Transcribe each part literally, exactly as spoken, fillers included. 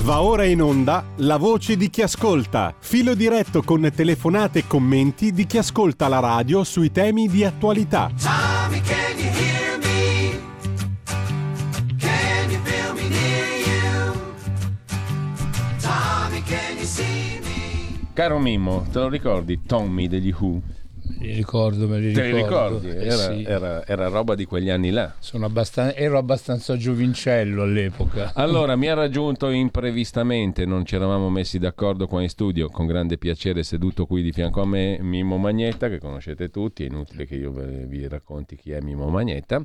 Va ora in onda La voce di chi ascolta, filo diretto con telefonate e commenti di chi ascolta la radio sui temi di attualità. Tommy, can you hear me? Can you feel me near you? Tommy, can you see me? Caro Mimmo, te lo ricordi Tommy degli Who? Me li ricordo, me li Te ricordo. li ricordi? Eh, Era, sì. era, era roba di quegli anni là. Sono abbastanza, ero abbastanza giovincello all'epoca. Allora, mi ha raggiunto imprevistamente, non ci eravamo messi d'accordo qua in studio, con grande piacere seduto qui di fianco a me Mimmo Magnetta, che conoscete tutti, è inutile che io vi racconti chi è Mimmo Magnetta.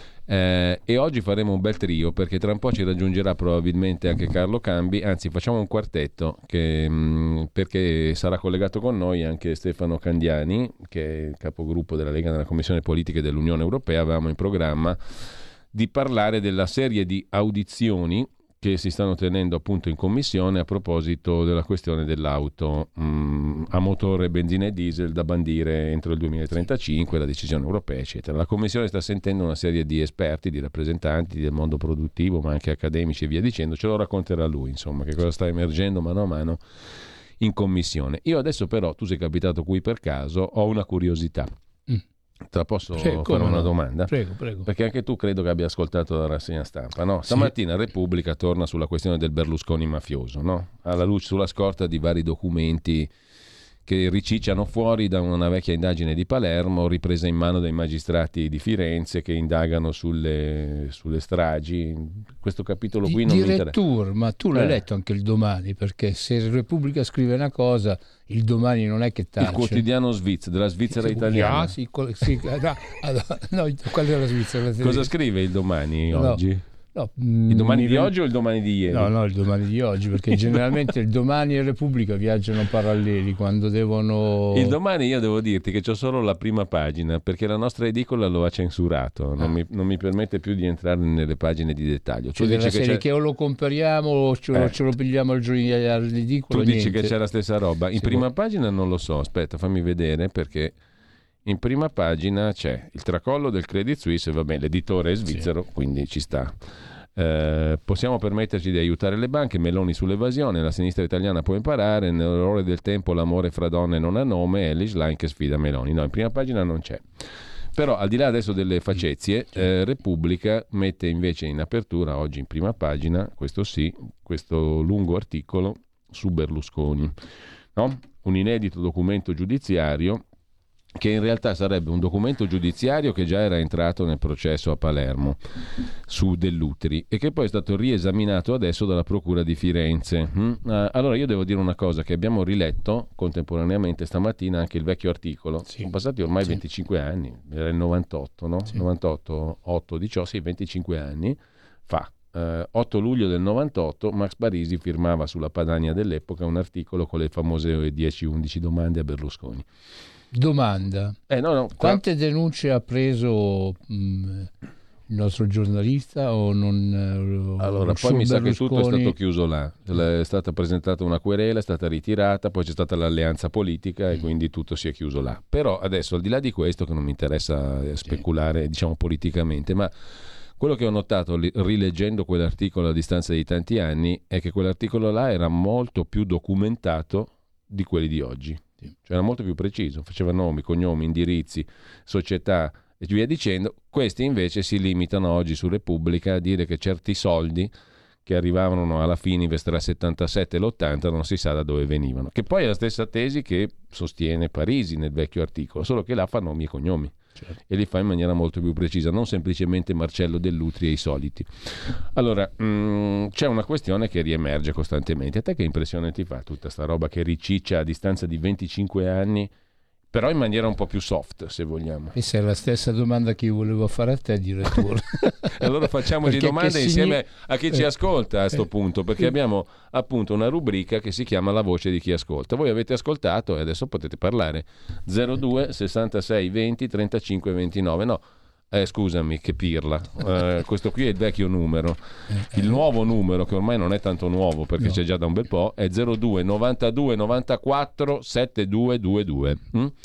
Eh, e oggi faremo un bel trio, perché tra un po' ci raggiungerà probabilmente anche Carlo Cambi, anzi facciamo un quartetto che, mh, perché sarà collegato con noi anche Stefano Candiani, che è capogruppo della Lega nella Commissione Politiche dell'Unione Europea. Avevamo in programma di parlare della serie di audizioni che si stanno tenendo appunto in commissione a proposito della questione dell'auto mh, a motore benzina e diesel da bandire entro il duemilatrentacinque, la decisione europea eccetera. La commissione sta sentendo una serie di esperti, di rappresentanti del mondo produttivo ma anche accademici e via dicendo. Ce lo racconterà lui, insomma, che cosa sta emergendo mano a mano in commissione. Io adesso però, tu sei capitato qui per caso, ho una curiosità. Te la posso Prego, fare una no? domanda? Prego, prego. Perché anche tu credo che abbia ascoltato la rassegna stampa, no? Stamattina Sì. Repubblica torna sulla questione del Berlusconi mafioso, no? Alla luce, sulla scorta di vari documenti che ricicciano fuori da una vecchia indagine di Palermo, ripresa in mano dai magistrati di Firenze che indagano sulle, sulle stragi. Questo capitolo qui non mi interessa. Addirittura, ma tu l'hai Eh. letto anche il Domani, perché se Repubblica scrive una cosa, il Domani non è che tace. Il quotidiano svizzero, della Svizzera Sì, italiana. ah, sì, qual- sì, no, allora, no, qual è la Svizzera? La Cosa tedesca? scrive il Domani No. oggi? No, Il Domani mm, di oggi o il Domani di ieri? No, no, il Domani di oggi, perché generalmente il Domani e Repubblica viaggiano paralleli quando devono... Il Domani io devo dirti che c'ho solo la prima pagina, perché la nostra edicola lo ha censurato, non, Ah. mi, non mi permette più di entrare nelle pagine di dettaglio. Tu Cioè della dici che serie c'è... che o lo compriamo o ce, lo- Eh. ce lo pigliamo al giovedì all'edicola. Tu dici niente. che c'è la stessa roba. In Sì, prima boh. pagina non lo so, aspetta, fammi vedere, perché in prima pagina c'è il tracollo del Credit Suisse, va bene, l'editore è svizzero, quindi ci sta. Eh, possiamo permetterci di aiutare le banche, Meloni sull'evasione, la sinistra italiana può imparare, nell'orrore del tempo l'amore fra donne non ha nome, Ellis Line che sfida Meloni. No, in prima pagina non c'è. Però al di là adesso delle facezie, eh, Repubblica mette invece in apertura oggi in prima pagina, questo sì, questo lungo articolo su Berlusconi, no? Un inedito documento giudiziario che in realtà sarebbe un documento giudiziario che già era entrato nel processo a Palermo su Dell'Utri e che poi è stato riesaminato adesso dalla Procura di Firenze. Mm? Ah, allora io devo dire una cosa, che abbiamo riletto contemporaneamente stamattina anche il vecchio articolo. Sì. Sono passati ormai Sì. venticinque anni, era il novantotto, no? Sì. novantotto, otto, diciotto, sì, venticinque anni fa. Eh, otto luglio del novantotto Max Parisi firmava sulla Padania dell'epoca un articolo con le famose dieci undici domande a Berlusconi. Domanda. Eh, no, no, qua- Quante denunce ha preso mh, il nostro giornalista o non? eh, Allora, su poi mi sa che tutto è Berlusconi? stato chiuso là. È stata presentata una querela, è stata ritirata, poi c'è stata l'alleanza politica e quindi tutto si è chiuso là. Però adesso, al di là di questo, che non mi interessa eh, speculare, diciamo, politicamente, ma quello che ho notato li- rileggendo quell'articolo a distanza di tanti anni è che quell'articolo là era molto più documentato di quelli di oggi. Cioè era molto più preciso, faceva nomi, cognomi, indirizzi, società e via dicendo. Questi invece si limitano oggi su Repubblica a dire che certi soldi che arrivavano alla Fininvest tra il settantasette e l'ottanta non si sa da dove venivano, che poi è la stessa tesi che sostiene Parisi nel vecchio articolo, solo che là fa nomi e cognomi. Certo. E li fa in maniera molto più precisa, non semplicemente Marcello Dell'Utri e i soliti. Allora, mh, c'è una questione che riemerge costantemente. A te che impressione ti fa tutta sta roba che riciccia a distanza di venticinque anni, però in maniera un po' più soft, se vogliamo? Questa è la stessa domanda che io volevo fare a te, addirittura. Allora facciamoci Perché domande che insieme signi- a chi ci ascolta a sto punto, perché abbiamo appunto una rubrica che si chiama La voce di chi ascolta. Voi avete ascoltato e adesso potete parlare. zero due sessantasei venti trentacinque ventinove. No, eh, scusami, che pirla. Eh, questo qui è il vecchio numero. Il nuovo numero, che ormai non è tanto nuovo perché No. c'è già da un bel po', è zero due novantadue novantaquattro settantadue ventidue. Mm?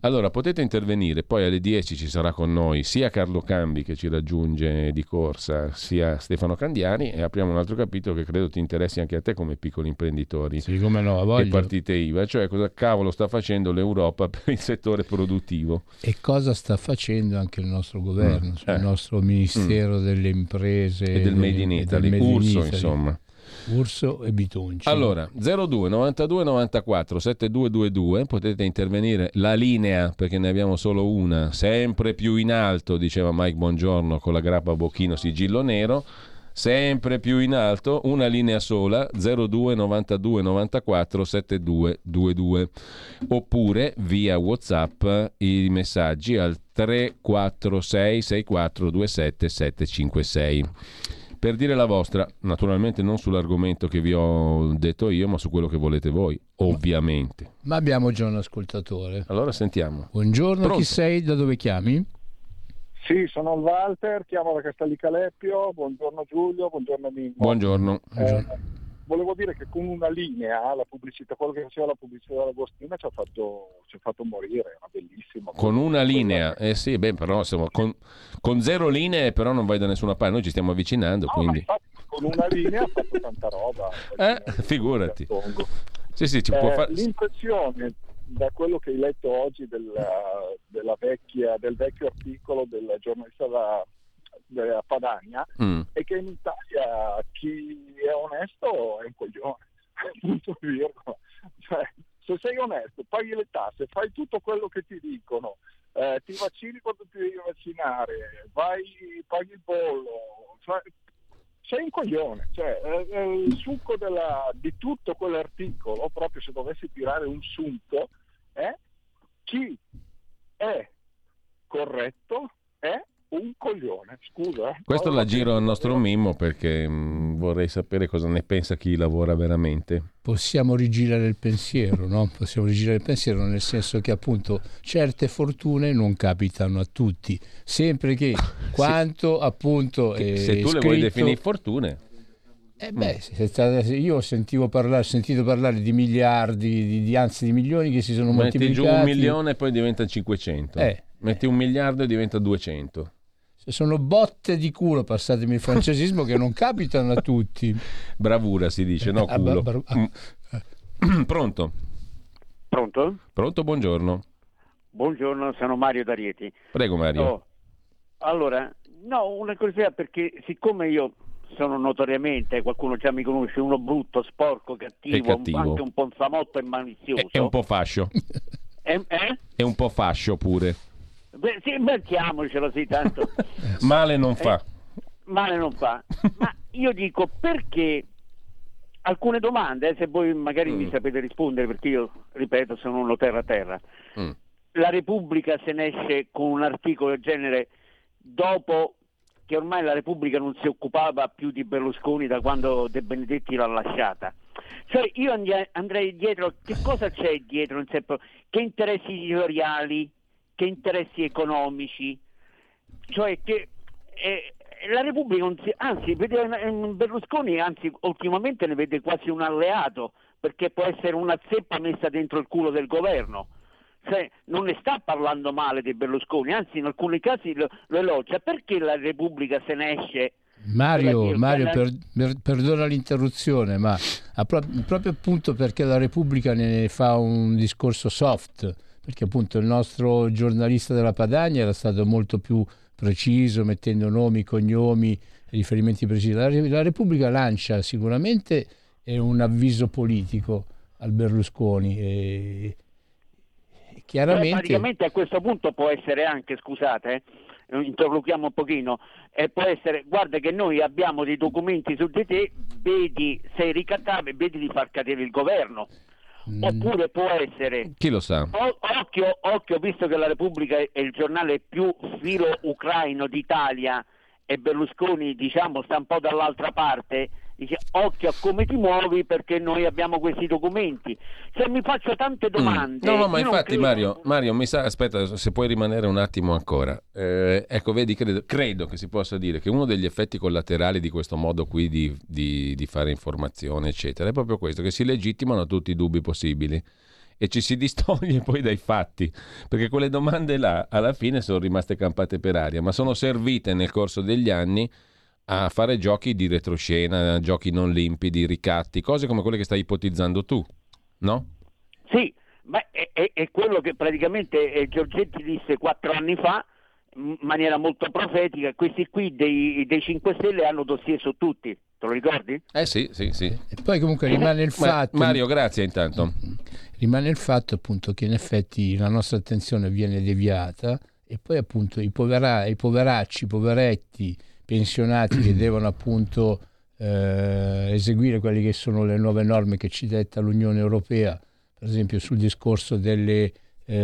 Allora, potete intervenire, poi alle dieci ci sarà con noi sia Carlo Cambi che ci raggiunge di corsa, sia Stefano Candiani, e apriamo un altro capitolo che credo ti interessi anche a te come piccoli imprenditori. Sì, come no, a E voglia. partite I V A, cioè cosa cavolo sta facendo l'Europa per il settore produttivo. E cosa sta facendo anche il nostro governo, Mm, il eh. nostro Ministero delle Imprese E del Made in e del Italy, Made in Urso Italy. insomma. Urso e Bitonci. Allora, zero due novantadue novantaquattro settantadue, potete intervenire, la linea, perché ne abbiamo solo una, sempre più in alto, diceva Mike Bongiorno con la grappa Bocchino sigillo nero, sempre più in alto, una linea sola, zero due novantadue novantaquattro settantadue, oppure via WhatsApp i messaggi al tre quattro sei sei quattro due sette sette cinque sei. Per dire la vostra, naturalmente non sull'argomento che vi ho detto io, ma su quello che volete voi, ovviamente. Ma abbiamo già un ascoltatore. Allora sentiamo. Buongiorno, Pronto? chi sei? Da dove chiami? Sì, sono il Walter, chiamo da Castellicaleppio, buongiorno Giulio, buongiorno Mimmo. Buongiorno. Eh, volevo dire che con una linea, la pubblicità, quello che faceva la pubblicità dell'Agostina ci ha fatto, ci ha fatto morire, era bellissimo. Con una linea, eh sì, beh, però insomma, con, con zero linee però non vai da nessuna parte, noi ci stiamo avvicinando, No, quindi... ma infatti con una linea ha fatto tanta roba. Eh, figurati. Sì, sì, ci Eh, può fare... l'impressione da quello che hai letto oggi della, della vecchia, del vecchio articolo del giornalista da, della Padania Mm. è che in Italia chi è onesto è un coglione. Punto e virgola. Cioè, se sei onesto, paghi le tasse, fai tutto quello che ti dicono, eh, ti vaccini quando ti devi vaccinare, vai, paghi il bollo, cioè, sei un coglione. Cioè, eh, eh, il succo della, di tutto quell'articolo, proprio se dovessi tirare un sunto, è chi è corretto è un coglione. Scusa. eh. Questo No, la ma- giro al nostro Mimmo perché mh, vorrei sapere cosa ne pensa chi lavora veramente. Possiamo rigirare il pensiero, no? Possiamo rigirare il pensiero nel senso che appunto certe fortune non capitano a tutti, sempre che quanto appunto Che è se tu le vuoi scritto- definire fortune, Eh beh, se sta- se io sentivo parlare, ho sentito parlare di miliardi, di, di- anzi di milioni che si sono metti moltiplicati. giù un milione e poi diventa cinquecento. Eh. Metti un miliardo e diventa duecento. Sono botte di culo, passatemi il francesismo, che non capitano a tutti. Bravura si dice, no Ah, culo. bra- bra- Mm. Pronto? Pronto? Pronto, buongiorno. Buongiorno, sono Mario D'Arieti. Prego Mario. Oh, allora, no, una curiosità, perché siccome io sono notoriamente, qualcuno già mi conosce, uno brutto, sporco, cattivo, E cattivo. anche un po' infamotto e malizioso. È, è un po' fascio. Eh, eh? È un po' fascio pure. Beh, sì, mettiamocelo, sì, tanto Male non fa. male non fa. Ma io dico, perché alcune domande, eh, se voi magari Mm. mi sapete rispondere, perché io, ripeto, sono uno terra-terra. Mm. La Repubblica se ne esce con un articolo del genere dopo che ormai la Repubblica non si occupava più di Berlusconi da quando De Benedetti l'ha lasciata. Cioè io andrei, andrei dietro, che cosa c'è dietro? Nel senso, che interessi editoriali, che interessi economici, cioè che eh, la Repubblica non si, anzi vede eh, Berlusconi, anzi ultimamente ne vede quasi un alleato, perché può essere una zeppa messa dentro il culo del governo. Cioè, non ne sta parlando male di Berlusconi, anzi in alcuni casi lo, lo elogia. Perché la Repubblica se ne esce? Mario, Quella- Mario quella- per- per- perdona l'interruzione, ma a pro- proprio appunto perché la Repubblica ne fa un discorso soft, perché appunto il nostro giornalista della Padania era stato molto più preciso, mettendo nomi, cognomi, riferimenti precisi. La, Re- la Repubblica lancia sicuramente eh, un avviso politico al Berlusconi e e Cioè, chiaramente... praticamente a questo punto può essere anche, scusate, eh, interlochiamo un pochino, e può essere, guarda che noi abbiamo dei documenti su di te, vedi, sei ricattabile, vedi di far cadere il governo. Mm. Oppure può essere, Chi lo sa? o- occhio, occhio, visto che la Repubblica è il giornale più filo ucraino d'Italia e Berlusconi, diciamo, sta un po' dall'altra parte, dice occhio a come ti muovi perché noi abbiamo questi documenti. Se mi faccio tante domande... No, no, ma io non infatti credo- Mario, Mario, mi sa, aspetta, se puoi rimanere un attimo ancora. Eh, ecco, vedi, credo, credo che si possa dire che uno degli effetti collaterali di questo modo qui di, di- di fare informazione, eccetera, è proprio questo, che si legittimano tutti i dubbi possibili. e ci si distoglie poi dai fatti, perché quelle domande là alla fine sono rimaste campate per aria, ma sono servite nel corso degli anni a fare giochi di retroscena, giochi non limpidi, ricatti, cose come quelle che stai ipotizzando tu, no? Sì, ma è, è, è quello che praticamente eh, Giorgetti disse quattro anni fa in maniera molto profetica. Questi qui dei, dei cinque Stelle hanno dossier su tutti, te lo ricordi? Eh sì, sì, sì. E poi comunque rimane il Ma- fatto... Mario, grazie intanto. Rimane il fatto appunto che in effetti la nostra attenzione viene deviata e poi appunto i, povera- i poveracci, i poveretti, pensionati che devono appunto eh, eseguire quelle che sono le nuove norme che ci detta l'Unione Europea, per esempio sul discorso delle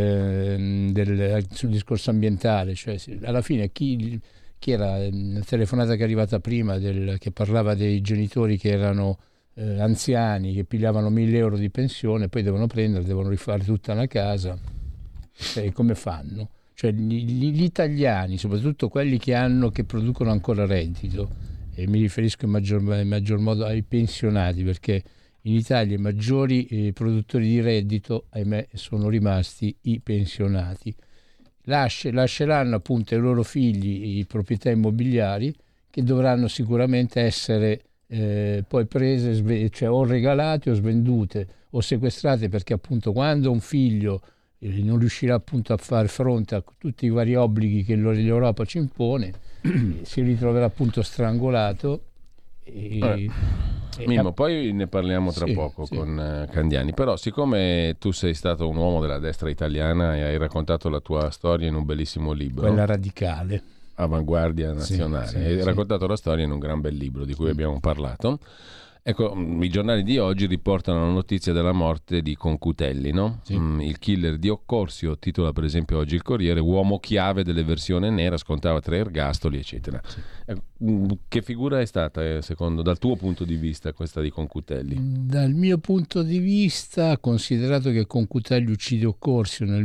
eh, del, sul discorso ambientale, cioè alla fine chi, chi era la telefonata che è arrivata prima del, che parlava dei genitori che erano eh, anziani, che pigliavano mille euro di pensione, poi devono prendere, devono rifare tutta una casa, cioè, come fanno? Cioè gli, gli italiani, soprattutto quelli che hanno, che producono ancora reddito, e mi riferisco in maggior, in maggior modo ai pensionati, perché in Italia i maggiori eh, produttori di reddito, ahimè, sono rimasti i pensionati. Lasce, lasceranno appunto ai loro figli i proprietà immobiliari che dovranno sicuramente essere eh, poi prese, sve- cioè o regalate o svendute o sequestrate, perché appunto quando un figlio eh, non riuscirà appunto a far fronte a tutti i vari obblighi che l'Europa ci impone, eh, si ritroverà appunto strangolato. E, Eh. Mimmo, poi ne parliamo tra Sì, poco sì. con eh, Candiani, però siccome tu sei stato un uomo della destra italiana e hai raccontato la tua storia in un bellissimo libro, quella radicale. Avanguardia Nazionale, Sì, sì, hai sì. raccontato la storia in un gran bel libro di cui abbiamo parlato. Ecco, mh, i giornali di oggi riportano la notizia della morte di Concutelli, no? Sì. Mm, il killer di Occorsio, titola per esempio oggi il Corriere, uomo chiave dell'eversione nera, scontava tre ergastoli, eccetera. Ecco, mh, che figura è stata, eh, secondo, dal tuo punto di vista, questa di Concutelli? Dal mio punto di vista, considerato che Concutelli uccide Occorsio nel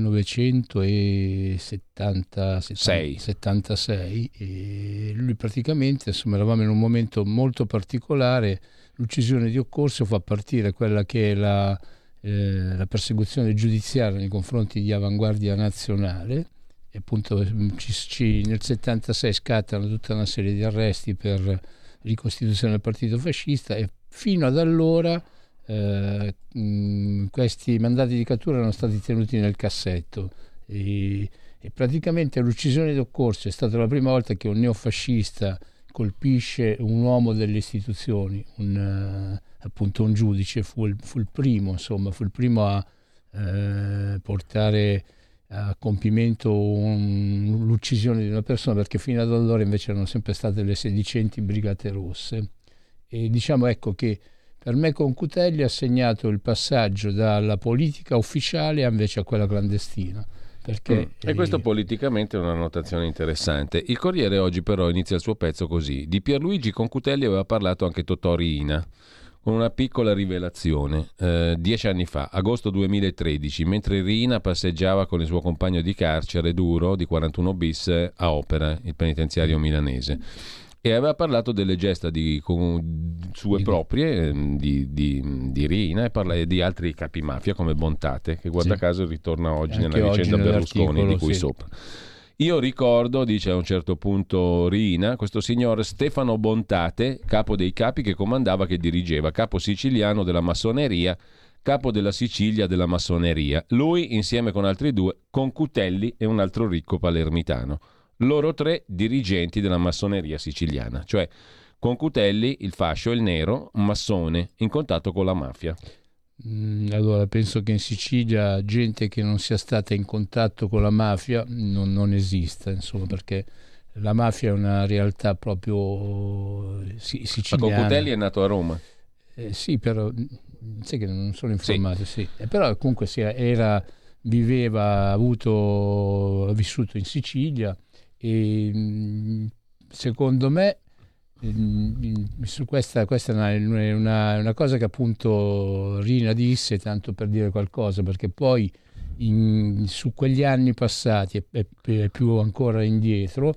millenovecentosettantasei, settantasei, e lui praticamente, insomma, eravamo in un momento molto particolare. L'uccisione di Occorsio fa partire quella che è la, eh, la persecuzione giudiziaria nei confronti di Avanguardia Nazionale, e appunto ci, ci, nel settantasei scattano tutta una serie di arresti per ricostituzione del partito fascista, e fino ad allora eh, mh, questi mandati di cattura erano stati tenuti nel cassetto, e, e praticamente l'uccisione di Occorsio è stata la prima volta che un neofascista colpisce un uomo delle istituzioni, un, uh, appunto un giudice. Fu il, fu il primo, insomma, fu il primo a uh, portare a compimento un, l'uccisione di una persona, perché fino ad allora invece erano sempre state le sedicenti Brigate Rosse. E diciamo, ecco, che per me Concutelli ha segnato il passaggio dalla politica ufficiale invece a quella clandestina. Perché, Mm. E questo eh, politicamente è una notazione interessante. Il Corriere oggi però inizia il suo pezzo così: di Pierluigi Concutelli aveva parlato anche Totò Riina, con una piccola rivelazione. Eh, dieci anni fa, agosto duemilatredici, mentre Riina passeggiava con il suo compagno di carcere Duro, di quarantuno bis, a Opera, il penitenziario milanese, e aveva parlato delle gesta di, con, sue Di- proprie ehm, di, di, di Riina, e parla di altri capimafia come Bontate, che guarda Sì. caso ritorna oggi Anche nella oggi vicenda Berlusconi di nell'articolo, cui sì. sopra. Io ricordo, dice a un certo punto Riina, questo signor Stefano Bontate, capo dei capi, che comandava, che dirigeva, capo siciliano della massoneria, capo della Sicilia della massoneria. Lui, insieme con altri due, Concutelli e un altro ricco palermitano. Loro tre dirigenti della massoneria siciliana, cioè Concutelli, il fascio, il nero, un massone, in contatto con la mafia. Mm, Allora, penso che in Sicilia gente che non sia stata in contatto con la mafia non, non esista, insomma, perché la mafia è una realtà proprio si- Ma siciliana. Concutelli è nato a Roma. Eh, sì, però mm, sai che non sono informato, sì. Eh, però comunque sì, era, viveva, ha avuto, ha vissuto in Sicilia, e mm, secondo me mm, su questa, questa è una, una, una cosa che appunto Rina disse, tanto per dire qualcosa, perché poi in- su quegli anni passati e, e- e più ancora indietro,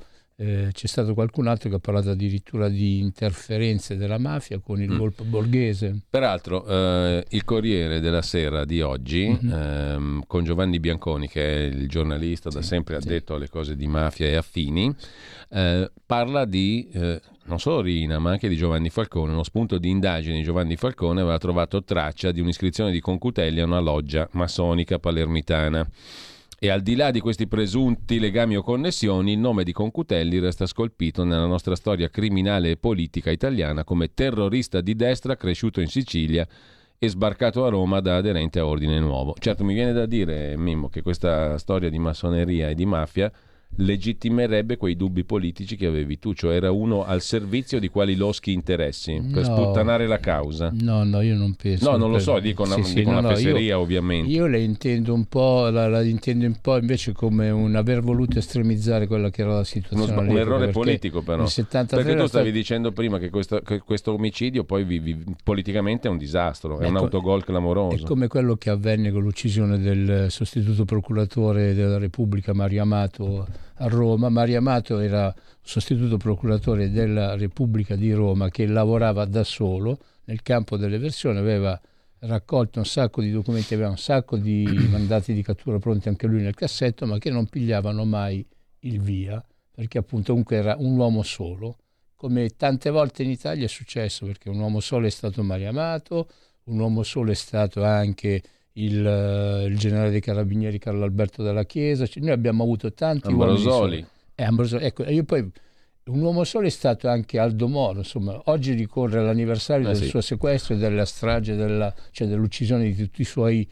Eh, c'è stato qualcun altro che ha parlato addirittura di interferenze della mafia con il Mm. golpe borghese. Peraltro, eh, il Corriere della Sera di oggi, Mhm. ehm, con Giovanni Bianconi, che è il giornalista da Sì, sempre sì. addetto alle cose di mafia e affini, eh, parla di eh, non solo Riina, ma anche di Giovanni Falcone. Uno spunto di indagine di Giovanni Falcone aveva trovato traccia di un'iscrizione di Concutelli a una loggia massonica palermitana. E al di là di questi presunti legami o connessioni, il nome di Concutelli resta scolpito nella nostra storia criminale e politica italiana come terrorista di destra cresciuto in Sicilia e sbarcato a Roma da aderente a Ordine Nuovo. Certo, mi viene da dire, Mimmo, che questa storia di massoneria e di mafia legittimerebbe quei dubbi politici che avevi tu, cioè era uno al servizio di quali loschi interessi per No. sputtanare la causa. No, no, io non penso. No, non lo per- so, dico una, Sì, sì, dico no, una no, fesseria, io- ovviamente. Io le intendo un po', la, la intendo un po' invece come un aver voluto estremizzare quella che era la Uno situazione. sba- un all'epoca, errore perché politico, però. nel settantatré Perché tu era stavi stato- dicendo prima che, questa- che questo omicidio poi vi- vi- politicamente è un disastro, è un Ecco, autogol clamoroso. È come quello che avvenne con l'uccisione del sostituto procuratore della Repubblica Mario Amato a Roma. Mario Amato era sostituto procuratore della Repubblica di Roma che lavorava da solo nel campo delle versioni, aveva raccolto un sacco di documenti, aveva un sacco di mandati di cattura pronti anche lui nel cassetto, ma che non pigliavano mai il via, perché appunto comunque era un uomo solo, come tante volte in Italia è successo, perché un uomo solo è stato Mario Amato, un uomo solo è stato anche il, eh, il generale dei carabinieri Carlo Alberto Dalla Chiesa. Cioè, noi abbiamo avuto tanti uomini Ambrosoli. soli. Eh, Ambrosoli, ecco, io poi un uomo solo è stato anche Aldo Moro, insomma, oggi ricorre l'anniversario Eh del sì. suo sequestro e della strage, della, cioè dell'uccisione di tutti i suoi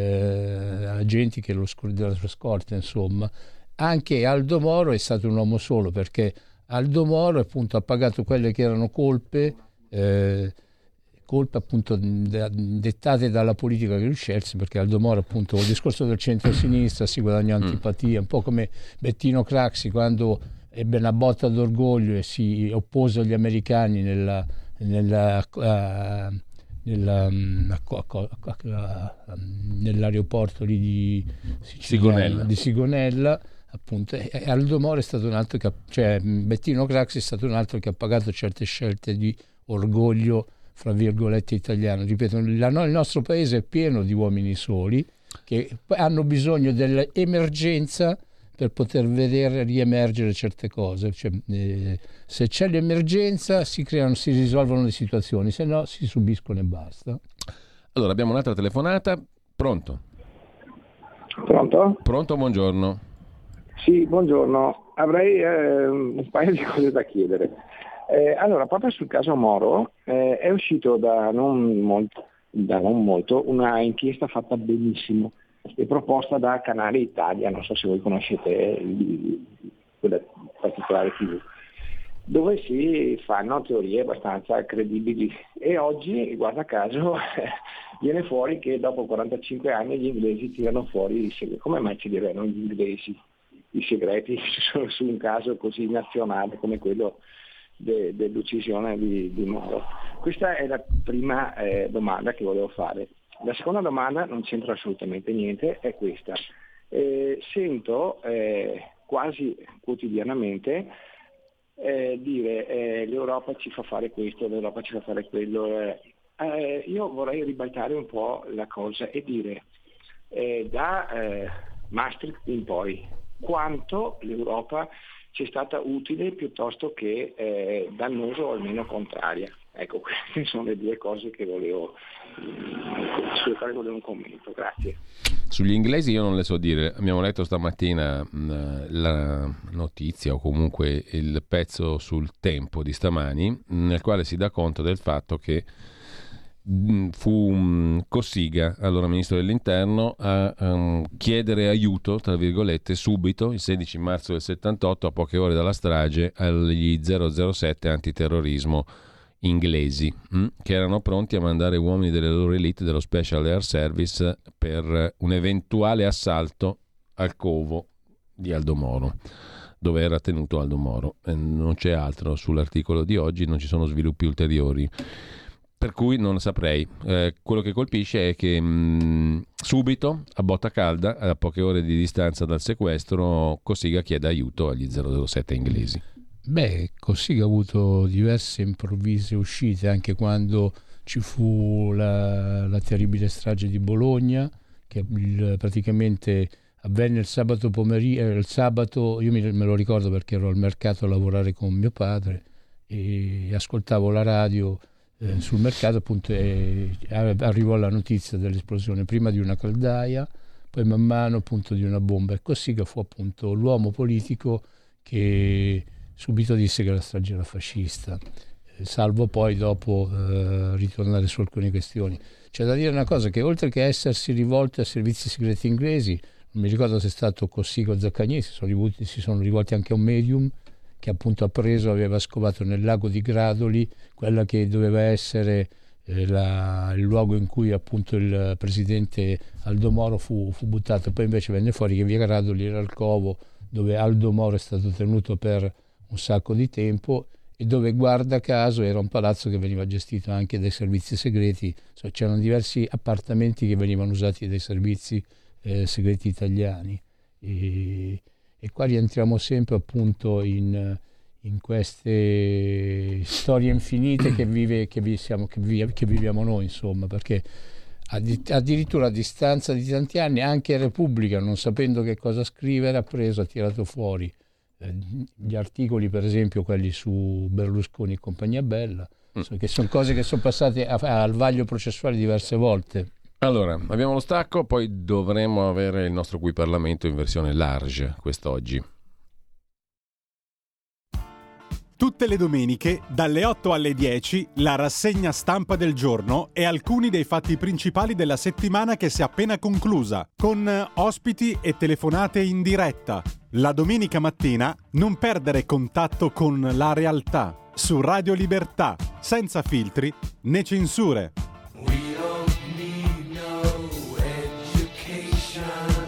eh, agenti che lo scor- della sua scorta, insomma. Anche Aldo Moro è stato un uomo solo, perché Aldo Moro appunto ha pagato quelle che erano colpe eh, colpe appunto de- dettate dalla politica che lui scelse, perché Aldo Moro appunto col discorso del centro-sinistra si guadagnò antipatia, un po' come Bettino Craxi quando ebbe una botta d'orgoglio e si oppose agli americani nella, nella, uh, nella, um, acco- acco- acco- uh, nell'aeroporto lì di siciliano, Sigonella. di Sigonella appunto. E e Aldo Moro è stato un altro che ha- cioè Bettino Craxi è stato un altro che ha pagato certe scelte di orgoglio fra virgolette italiano. Ripeto, la- no- il nostro paese è pieno di uomini soli che hanno bisogno dell'emergenza per poter vedere riemergere certe cose. Cioè, eh, se c'è l'emergenza si creano, si risolvono le situazioni, se no si subiscono e basta. Allora, abbiamo un'altra telefonata. Pronto? Pronto? Pronto, buongiorno. Sì, buongiorno. Avrei eh, un paio di cose da chiedere. Eh, allora, proprio sul caso Moro eh, è uscito da non, molto, da non molto una inchiesta fatta benissimo e proposta da Canale Italia, non so se voi conoscete il- quella particolare tivù, dove si fanno teorie abbastanza credibili e oggi, guarda caso, viene fuori che dopo quarantacinque anni gli inglesi tirano fuori i segreti. Come mai ci diranno gli inglesi i segreti su, su un caso così nazionale come quello de, dell'uccisione di, di Moro? Questa è la prima eh, domanda che volevo fare. La seconda domanda non c'entra assolutamente niente, è questa. Eh, sento eh, quasi quotidianamente eh, dire eh, l'Europa ci fa fare questo, l'Europa ci fa fare quello. Eh. Eh, io vorrei ribaltare un po' la cosa e dire eh, da eh, Maastricht in poi quanto l'Europa ci è stata utile piuttosto che eh, dannosa o almeno contraria. Ecco, queste sono le due cose che volevo, sulle quali volevo un commento. Grazie. Sugli inglesi io non le so dire. Abbiamo letto stamattina mh, la notizia o comunque il pezzo sul Tempo di stamani, nel quale si dà conto del fatto che mh, fu mh, Cossiga, allora ministro dell'interno, a um, chiedere aiuto, tra virgolette, subito, il sedici marzo del settantotto, a poche ore dalla strage, agli zero zero sette antiterrorismo inglesi, mh, che erano pronti a mandare uomini delle loro elite dello Special Air Service per un eventuale assalto al covo di Aldo Moro, dove era tenuto Aldo Moro. E non c'è altro sull'articolo di oggi, non ci sono sviluppi ulteriori, per cui non saprei. Eh, quello che colpisce è che mh, subito, a botta calda, a poche ore di distanza dal sequestro, Cossiga chiede aiuto agli zero zero sette inglesi. Beh, così che ha avuto diverse improvvise uscite, anche quando ci fu la, la terribile strage di Bologna, che il- praticamente avvenne il sabato pomeriggio, il sabato, io mi- me lo ricordo perché ero al mercato a lavorare con mio padre e ascoltavo la radio eh, sul mercato, appunto, e a- arrivò la notizia dell'esplosione prima di una caldaia, poi man mano appunto di una bomba. È così che fu appunto l'uomo politico che subito disse che la strage era fascista, eh, salvo poi dopo eh, ritornare su alcune questioni. C'è da dire una cosa, che oltre che essersi rivolto ai servizi segreti inglesi, non mi ricordo se è stato Cossiga o Zaccagnini, si sono, rivolti, si sono rivolti anche a un medium che appunto ha preso, aveva scovato nel lago di Gradoli quella che doveva essere eh, la- il luogo in cui appunto il presidente Aldo Moro fu, fu buttato. Poi invece venne fuori che via Gradoli era il covo dove Aldo Moro è stato tenuto per un sacco di tempo e dove, guarda caso, era un palazzo che veniva gestito anche dai servizi segreti. So, c'erano diversi appartamenti che venivano usati dai servizi eh, segreti italiani, e, e qua rientriamo sempre appunto in, in queste storie infinite che, vive, che, vi siamo, che, vi- che viviamo noi, insomma, perché addi- addirittura a distanza di tanti anni anche Repubblica, non sapendo che cosa scrivere, ha preso, ha tirato fuori eh, gli articoli, per esempio quelli su Berlusconi e compagnia bella, so che sono cose che sono passate a- al vaglio processuale diverse volte. Allora, abbiamo lo stacco, poi dovremo avere il nostro qui Parlamento in versione large quest'oggi. Tutte le domeniche, dalle otto alle dieci, la rassegna stampa del giorno e alcuni dei fatti principali della settimana che si è appena conclusa, con eh, ospiti e telefonate in diretta. La domenica mattina non perdere contatto con la realtà, su Radio Libertà, senza filtri né censure. We don't need no education.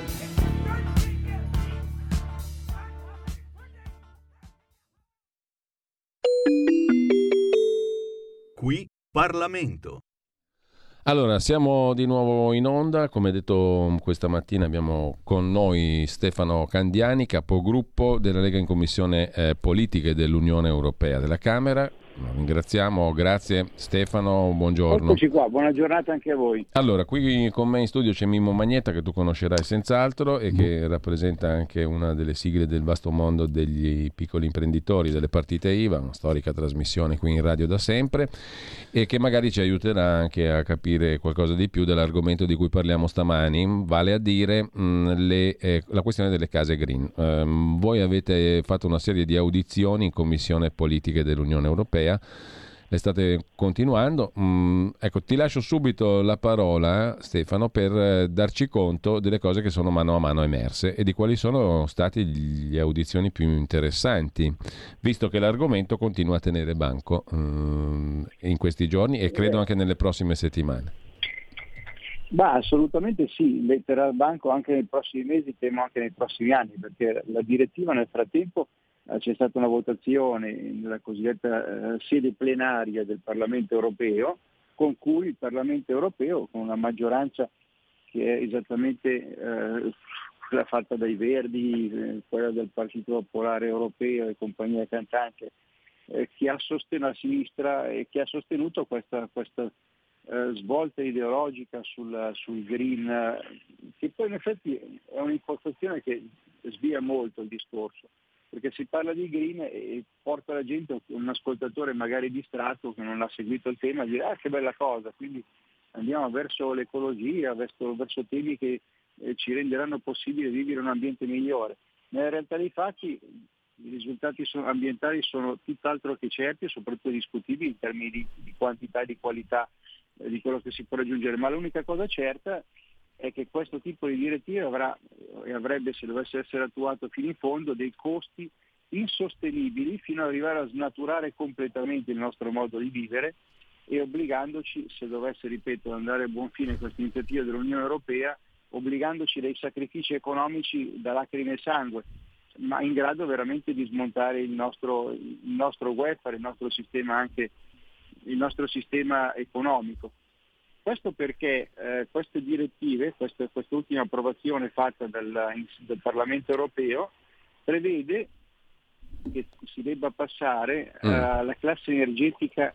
Qui Parlamento. Allora, siamo di nuovo in onda, come detto questa mattina abbiamo con noi Stefano Candiani, capogruppo della Lega in Commissione eh, Politiche dell'Unione Europea della Camera. Lo ringraziamo, grazie Stefano, buongiorno. Eccoci qua, buona giornata anche a voi. Allora, qui con me in studio c'è Mimmo Magnetta, che tu conoscerai senz'altro e che rappresenta anche una delle sigle del vasto mondo degli piccoli imprenditori, delle partite I V A, una storica trasmissione qui in radio da sempre, e che magari ci aiuterà anche a capire qualcosa di più dell'argomento di cui parliamo stamani, vale a dire mh, le, eh, la questione delle case green. Ehm, voi avete fatto una serie di audizioni in Commissione Politiche dell'Unione Europea, le state continuando. Mm, ecco, ti lascio subito la parola, Stefano, per eh, darci conto delle cose che sono mano a mano emerse e di quali sono state le audizioni più interessanti, visto che l'argomento continua a tenere banco mm, in questi giorni e credo anche nelle prossime settimane. Bah, assolutamente sì, metterà al banco anche nei prossimi mesi, temo anche nei prossimi anni, perché la direttiva nel frattempo eh, c'è stata una votazione nella cosiddetta eh, sede plenaria del Parlamento europeo, con cui il Parlamento europeo, con una maggioranza che è esattamente eh, quella fatta dai Verdi, eh, quella del Partito Popolare Europeo e compagnia cantante, eh, che ha sostenuto la sinistra e che ha sostenuto questa, questa eh, svolta ideologica sul, sul green, eh, che poi in effetti è un'impostazione che svia molto il discorso, perché si parla di green e porta la gente, un ascoltatore magari distratto che non ha seguito il tema, a dire ah che bella cosa, quindi andiamo verso l'ecologia, verso, verso temi che eh, ci renderanno possibile vivere un ambiente migliore. Nella realtà dei fatti i risultati sono, ambientali sono tutt'altro che certi e soprattutto discutibili in termini di, di quantità e di qualità eh, di quello che si può raggiungere, ma l'unica cosa certa è che questo tipo di direttiva avrà e avrebbe, se dovesse essere attuato fino in fondo, dei costi insostenibili fino ad arrivare a snaturare completamente il nostro modo di vivere e obbligandoci, se dovesse, ripeto, andare a buon fine questa iniziativa dell'Unione Europea, obbligandoci dei sacrifici economici da lacrime e sangue, ma in grado veramente di smontare il nostro, il nostro welfare, il nostro sistema anche il nostro sistema economico. Questo perché eh, queste direttive, questa quest'ultima approvazione fatta dal, del Parlamento europeo, prevede che si debba passare Mm. alla classe energetica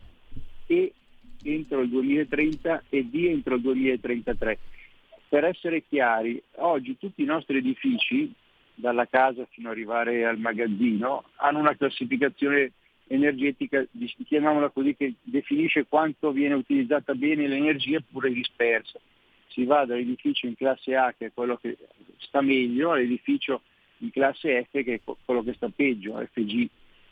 E entro il duemilatrenta e D entro il duemilatrentatré. Per essere chiari, oggi tutti i nostri edifici, dalla casa fino ad arrivare al magazzino, hanno una classificazione energetica, chiamiamola così, che definisce quanto viene utilizzata bene l'energia pure dispersa. Si va dall'edificio in classe A, che è quello che sta meglio, all'edificio in classe F, che è quello che sta peggio, F G.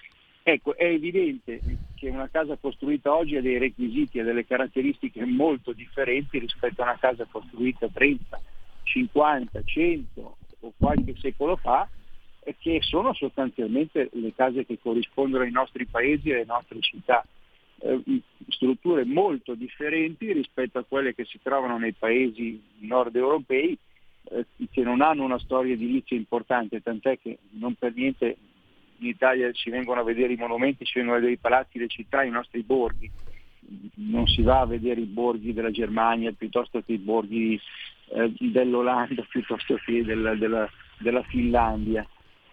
Ecco, è evidente che una casa costruita oggi ha dei requisiti e delle caratteristiche molto differenti rispetto a una casa costruita trenta, cinquanta, cento o qualche secolo fa, e che sono sostanzialmente le case che corrispondono ai nostri paesi e alle nostre città. Eh, strutture molto differenti rispetto a quelle che si trovano nei paesi nord europei, eh, che non hanno una storia edilizia importante, tant'è che non per niente in Italia ci vengono a vedere i monumenti, ci vengono a vedere i palazzi, le città, i nostri borghi. Non si va a vedere i borghi della Germania piuttosto che i borghi eh, dell'Olanda, piuttosto che della, della, della Finlandia.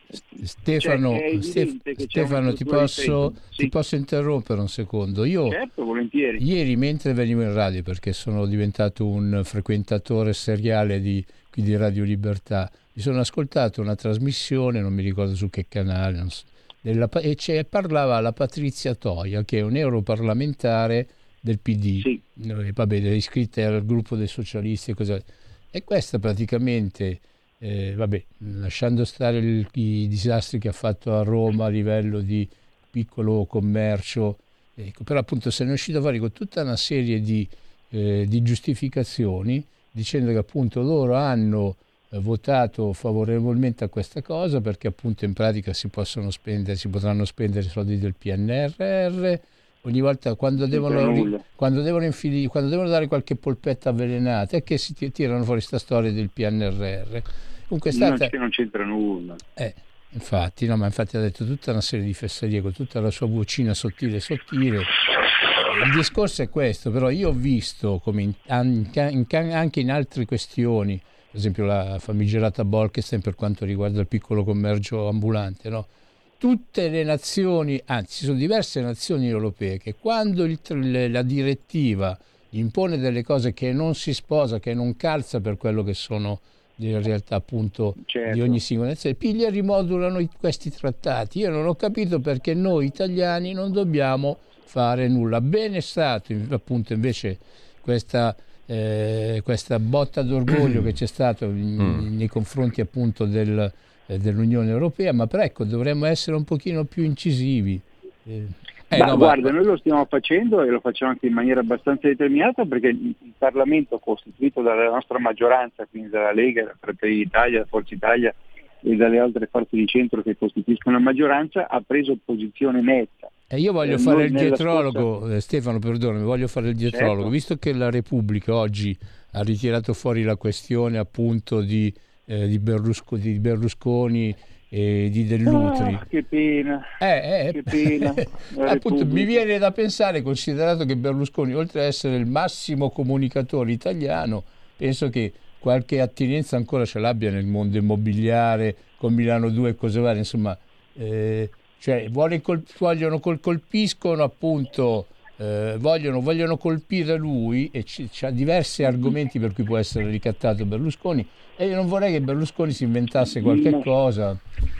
Stefano, Cioè, è Stef- evidente che c'è una Stefano ti, struttura posso, differente. ti Sì. posso interrompere un secondo? Io Certo, volentieri. ieri, mentre venivo in radio, perché sono diventato un frequentatore seriale di, qui di Radio Libertà, mi sono ascoltato una trasmissione, non mi ricordo su che canale, non so, della, e c'è, parlava la Patrizia Toia, che è un europarlamentare del P D, Sì. eh, vabbè, è iscritta al gruppo dei socialisti e così. E questa praticamente, eh, vabbè, lasciando stare il- i disastri che ha fatto a Roma a livello di piccolo commercio, ecco, però appunto se ne è uscito fuori con tutta una serie di, eh, di giustificazioni, dicendo che appunto loro hanno eh, votato favorevolmente a questa cosa perché appunto in pratica si possono spendere, si potranno spendere i soldi del P N R R ogni volta quando devono, ri- nulla. quando devono infili- quando devono dare qualche polpetta avvelenata, e che si ti- tirano fuori sta storia del P N R R. Comunque è Non, stata c- non c'entra nulla. eh, infatti, no, ma infatti ha detto tutta una serie di fesserie con tutta la sua vocina sottile sottile. Il discorso è questo, però io ho visto come in- an- in- anche in altre questioni, per esempio la famigerata Bolkestein per quanto riguarda il piccolo commercio ambulante, no? Tutte le nazioni, anzi ci sono diverse nazioni europee che quando il- le- la direttiva impone delle cose che non si sposa, che non calza per quello che sono le realtà appunto Certo. di ogni singola nazione, piglia e rimodulano i- questi trattati. Io non ho capito perché noi italiani non dobbiamo fare nulla. Bene è stato in- appunto invece questa, eh, questa botta d'orgoglio che c'è stato in- nei confronti appunto del, eh, dell'Unione Europea, ma però ecco dovremmo essere un pochino più incisivi. Eh, Eh, Ma no, ma- guarda, noi lo stiamo facendo e lo facciamo anche in maniera abbastanza determinata, perché il il Parlamento costituito dalla nostra maggioranza, quindi dalla Lega, da Fratelli d'Italia, da Forza Italia e dalle altre forze di centro che costituiscono la maggioranza, ha preso posizione netta. E io voglio Eh, fare noi il nella dietrologo, scorsa- eh, Stefano, perdonami, voglio fare il dietrologo, Certo. visto che la Repubblica oggi ha ritirato fuori la questione appunto di, eh, di, Berlusco- di Berlusconi e di Dell'Utri. Ah, che pena. Eh, eh, Che pena, la appunto mi Repubblica. viene da pensare, considerato che Berlusconi, oltre ad essere il massimo comunicatore italiano, penso che qualche attinenza ancora ce l'abbia nel mondo immobiliare, con Milano due e cose varie, insomma, eh, cioè vuole col- vogliono col- colpiscono appunto, eh, vogliono, vogliono colpire lui e c'ha diversi argomenti per cui può essere ricattato Berlusconi, e io non vorrei che Berlusconi si inventasse qualche No. cosa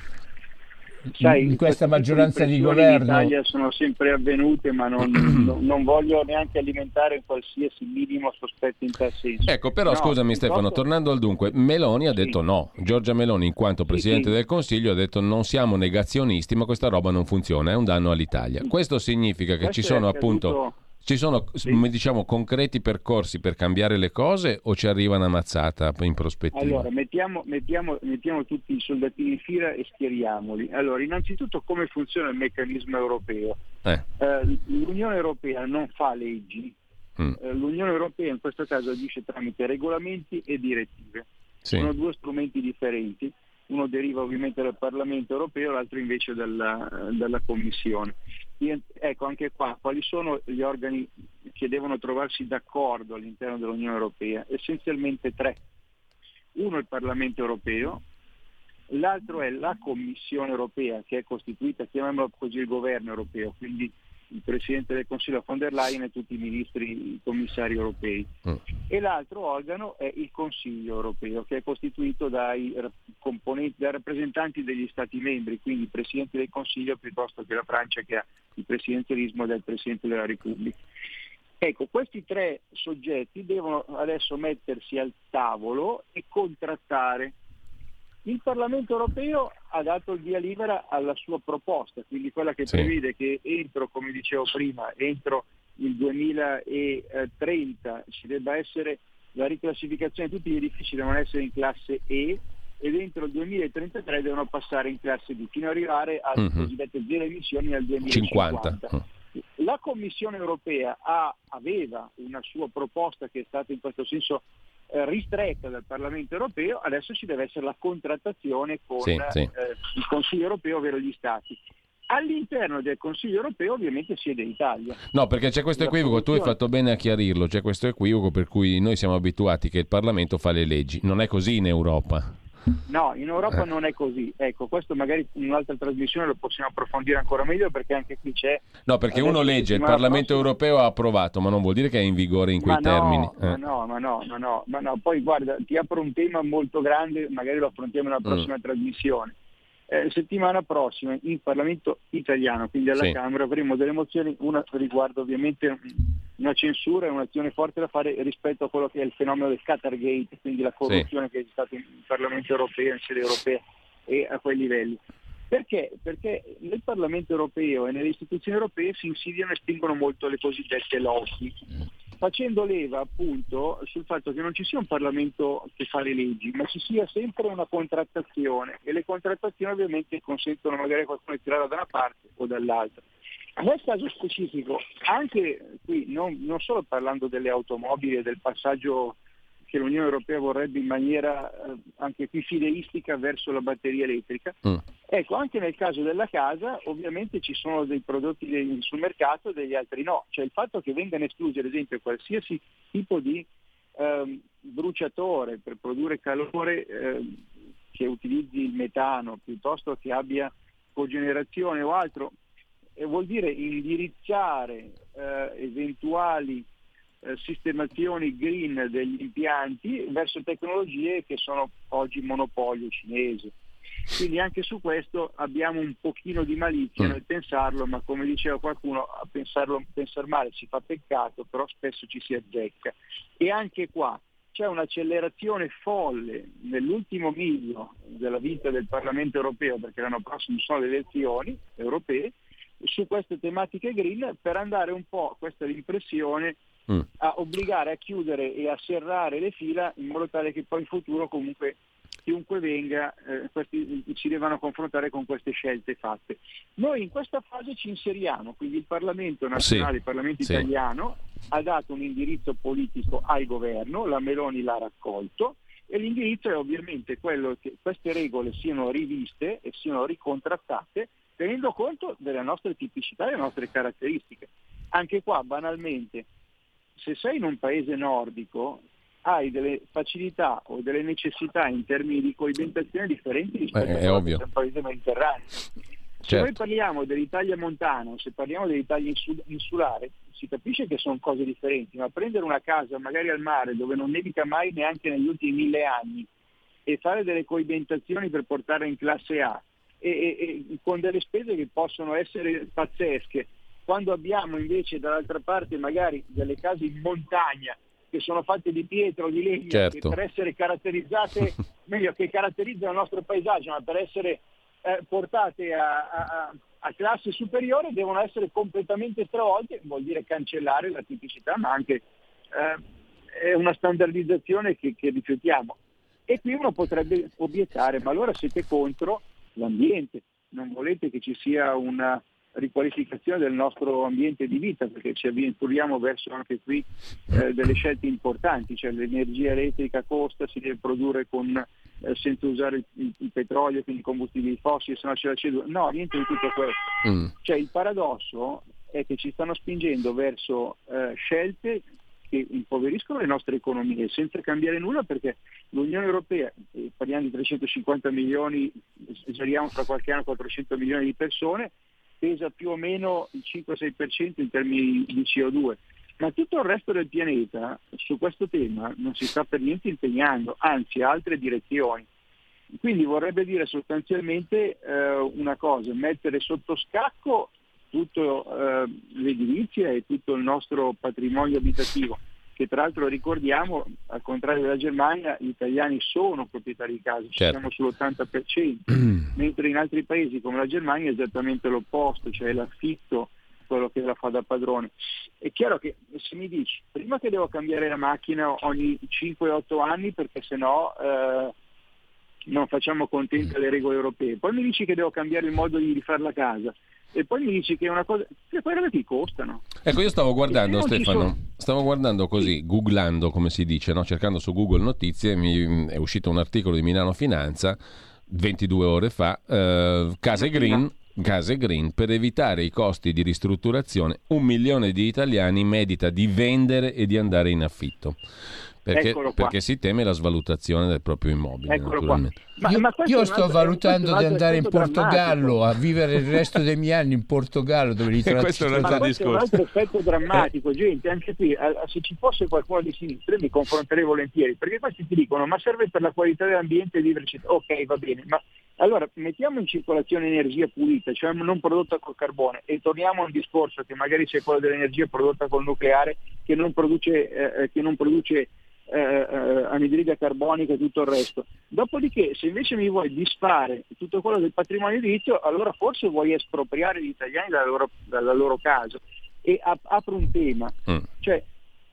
Sai, in questa questo tipo maggioranza di pressioni governo. in Italia sono sempre avvenute, ma non, non- non voglio neanche alimentare qualsiasi minimo sospetto in tal senso. Ecco, però No, scusami Stefano, piuttosto- tornando al dunque, Meloni ha Sì. detto no. Giorgia Meloni, in quanto Presidente sì. del Consiglio, ha detto non siamo negazionisti, ma questa roba non funziona, è un danno all'Italia. Questo significa che Questo ci è sono accaduto- appunto, ci sono Sì. come diciamo concreti percorsi per cambiare le cose, o ci arriva una mazzata in prospettiva? Allora, mettiamo, mettiamo, mettiamo tutti i soldatini in fila e schieriamoli. Allora, innanzitutto come funziona il meccanismo europeo? Eh, Eh, L'Unione Europea non fa leggi, mm, eh, l'Unione Europea in questo caso agisce tramite regolamenti e direttive. sì. Sono due strumenti differenti, uno deriva ovviamente dal Parlamento Europeo, l'altro invece dalla, dalla Commissione. Io- ecco, anche qua, quali sono gli organi che devono trovarsi d'accordo all'interno dell'Unione Europea? Essenzialmente tre. Uno il Parlamento Europeo, l'altro è la Commissione europea, che è costituita, chiamiamolo così, il governo europeo, quindi il Presidente del Consiglio von der Leyen e tutti i ministri, i commissari europei. Mm. E l'altro organo è il Consiglio europeo, che è costituito dai componenti, dai rappresentanti degli Stati membri, quindi il Presidente del Consiglio piuttosto che la Francia, che ha il presidenzialismo del Presidente della Repubblica. Ecco, questi tre soggetti devono adesso mettersi al tavolo e contrattare. Il Parlamento europeo ha dato il via libera alla sua proposta, quindi quella che sì. prevede che entro, come dicevo prima, entro il duemilatrenta ci debba essere la riclassificazione, tutti gli edifici devono essere in classe E ed entro il duemilatrentatré devono passare in classe B, fino ad arrivare alle mm-hmm. cosiddette zero emissioni nel duemilacinquanta. cinquanta. La Commissione europea ha, aveva una sua proposta che è stata in questo senso eh, ristretta dal Parlamento europeo, adesso ci deve essere la contrattazione con sì, sì. Eh, il Consiglio europeo, ovvero gli Stati. All'interno del Consiglio europeo ovviamente siede l'Italia. No, perché c'è questo equivoco, tu hai fatto bene a chiarirlo, c'è questo equivoco per cui noi siamo abituati che il Parlamento fa le leggi, non è così in Europa. No, in Europa eh. non è così. Ecco, questo magari in un'altra trasmissione lo possiamo approfondire ancora meglio, perché anche qui c'è... No, perché uno legge, il Parlamento prossima... europeo ha approvato, ma non vuol dire che è in vigore in quei ma termini. No, eh. ma no, ma no, ma no, ma no. Poi guarda, ti apro un tema molto grande, magari lo affrontiamo nella prossima mm. trasmissione. Eh, settimana prossima in Parlamento italiano, quindi alla sì. Camera, avremo delle mozioni, una riguarda ovviamente una censura e un'azione forte da fare rispetto a quello che è il fenomeno del Qatargate, quindi la corruzione sì. che è stata in Parlamento europeo, in sede europea e a quei livelli. Perché? Perché nel Parlamento europeo e nelle istituzioni europee si insidiano e spingono molto le cosiddette lobby, facendo leva appunto sul fatto che non ci sia un Parlamento che fa le leggi, ma ci sia sempre una contrattazione, e le contrattazioni ovviamente consentono magari a qualcuno di tirare da una parte o dall'altra. Nel caso specifico, anche qui, non, non solo parlando delle automobili e del passaggio che l'Unione Europea vorrebbe in maniera eh, anche qui fideistica verso la batteria elettrica, mm. ecco, anche nel caso della casa ovviamente ci sono dei prodotti dei, sul mercato e degli altri no, cioè il fatto che vengano esclusi ad esempio qualsiasi tipo di ehm, bruciatore per produrre calore ehm, che utilizzi il metano piuttosto che abbia cogenerazione o altro, e vuol dire indirizzare eh, eventuali Eh, sistemazioni green degli impianti verso tecnologie che sono oggi monopolio cinese. Quindi anche su questo abbiamo un pochino di malizia mm. nel pensarlo, ma come diceva qualcuno, a pensarlo, pensar male si fa peccato, però spesso ci si azzecca. E anche qua c'è un'accelerazione folle nell'ultimo miglio della vita del Parlamento europeo, perché l'anno prossimo sono le elezioni europee, su queste tematiche green, per andare un po', questa è l'impressione, mm. a obbligare a chiudere e a serrare le fila in modo tale che poi in futuro comunque chiunque venga eh, questi, si devono confrontare con queste scelte fatte. Noi in questa fase ci inseriamo, quindi il Parlamento nazionale, sì. il Parlamento sì. italiano ha dato un indirizzo politico al governo, la Meloni l'ha raccolto, e l'indirizzo è ovviamente quello che queste regole siano riviste e siano ricontrattate tenendo conto delle nostre tipicità e delle nostre caratteristiche. Anche qua, banalmente, se sei in un paese nordico hai delle facilità o delle necessità in termini di coibentazione differenti rispetto Beh, a ovvio. un paese mediterraneo. Se certo. noi parliamo dell'Italia montana, se parliamo dell'Italia insul- insulare, si capisce che sono cose differenti, ma prendere una casa magari al mare dove non nevica mai neanche negli ultimi mille anni e fare delle coibentazioni per portarla in classe A e, e, e con delle spese che possono essere pazzesche, quando abbiamo invece dall'altra parte magari delle case in montagna che sono fatte di pietra o di legno, certo. che per essere caratterizzate, meglio che caratterizzano il nostro paesaggio, ma per essere eh, portate a, a, a classe superiore devono essere completamente stravolte, vuol dire cancellare la tipicità, ma anche eh, è una standardizzazione che, che rifiutiamo. E qui uno potrebbe obiettare, ma allora siete contro l'ambiente, non volete che ci sia una riqualificazione del nostro ambiente di vita, perché ci avventuriamo verso anche qui eh, delle scelte importanti, cioè l'energia elettrica costa, si deve produrre con, eh, senza usare il, il, il petrolio, quindi combustibili fossili, se no c'è la C O due. No, niente di tutto questo. Mm. Cioè il paradosso è che ci stanno spingendo verso eh, scelte che impoveriscono le nostre economie senza cambiare nulla, perché l'Unione Europea, eh, parliamo di trecentocinquanta milioni, esageriamo fra qualche anno quattrocento milioni di persone, pesa più o meno il cinque sei per cento in termini di C O due, ma tutto il resto del pianeta su questo tema non si sta per niente impegnando, anzi ha altre direzioni. Quindi vorrebbe dire sostanzialmente eh, una cosa, mettere sotto scacco tutto eh, l'edilizia e tutto il nostro patrimonio abitativo, che tra l'altro ricordiamo, al contrario della Germania, gli italiani sono proprietari di case, certo. siamo sull'ottanta per cento, mentre in altri paesi come la Germania è esattamente l'opposto, cioè l'affitto, quello che la fa da padrone. È chiaro che se mi dici, prima che devo cambiare la macchina ogni cinque otto anni perché sennò eh, non facciamo contente le regole europee, poi mi dici che devo cambiare il modo di rifare la casa, e poi mi dici che è una cosa che poi ti costano. Ecco, io stavo guardando, Stefano, sono... stavo guardando così, googlando come si dice, no? Cercando su Google Notizie, mi è uscito un articolo di Milano Finanza ventidue ore fa, eh, case green, case green, per evitare i costi di ristrutturazione un milione di italiani medita di vendere e di andare in affitto. Perché, perché si teme la svalutazione del proprio immobile. Naturalmente. Ma, io, ma io sto valutando di andare in Portogallo drammatico. a vivere il resto dei miei anni in Portogallo, dove li tra... questo è un altro, questo è un altro effetto drammatico, gente. Anche qui, se ci fosse qualcuno di sinistra, mi confronterei volentieri, perché questi ti dicono: ma serve per la qualità dell'ambiente viverci. Ok, va bene, ma allora mettiamo in circolazione energia pulita, cioè non prodotta col carbone, e torniamo a un discorso che magari c'è quello dell'energia prodotta col nucleare, che non produce, eh, che non produce Eh, eh, anidride carbonica e tutto il resto. Dopodiché, se invece mi vuoi disfare tutto quello del patrimonio edilizio, allora forse vuoi espropriare gli italiani dalla loro, dalla loro casa. E ap- apro un tema, mm. cioè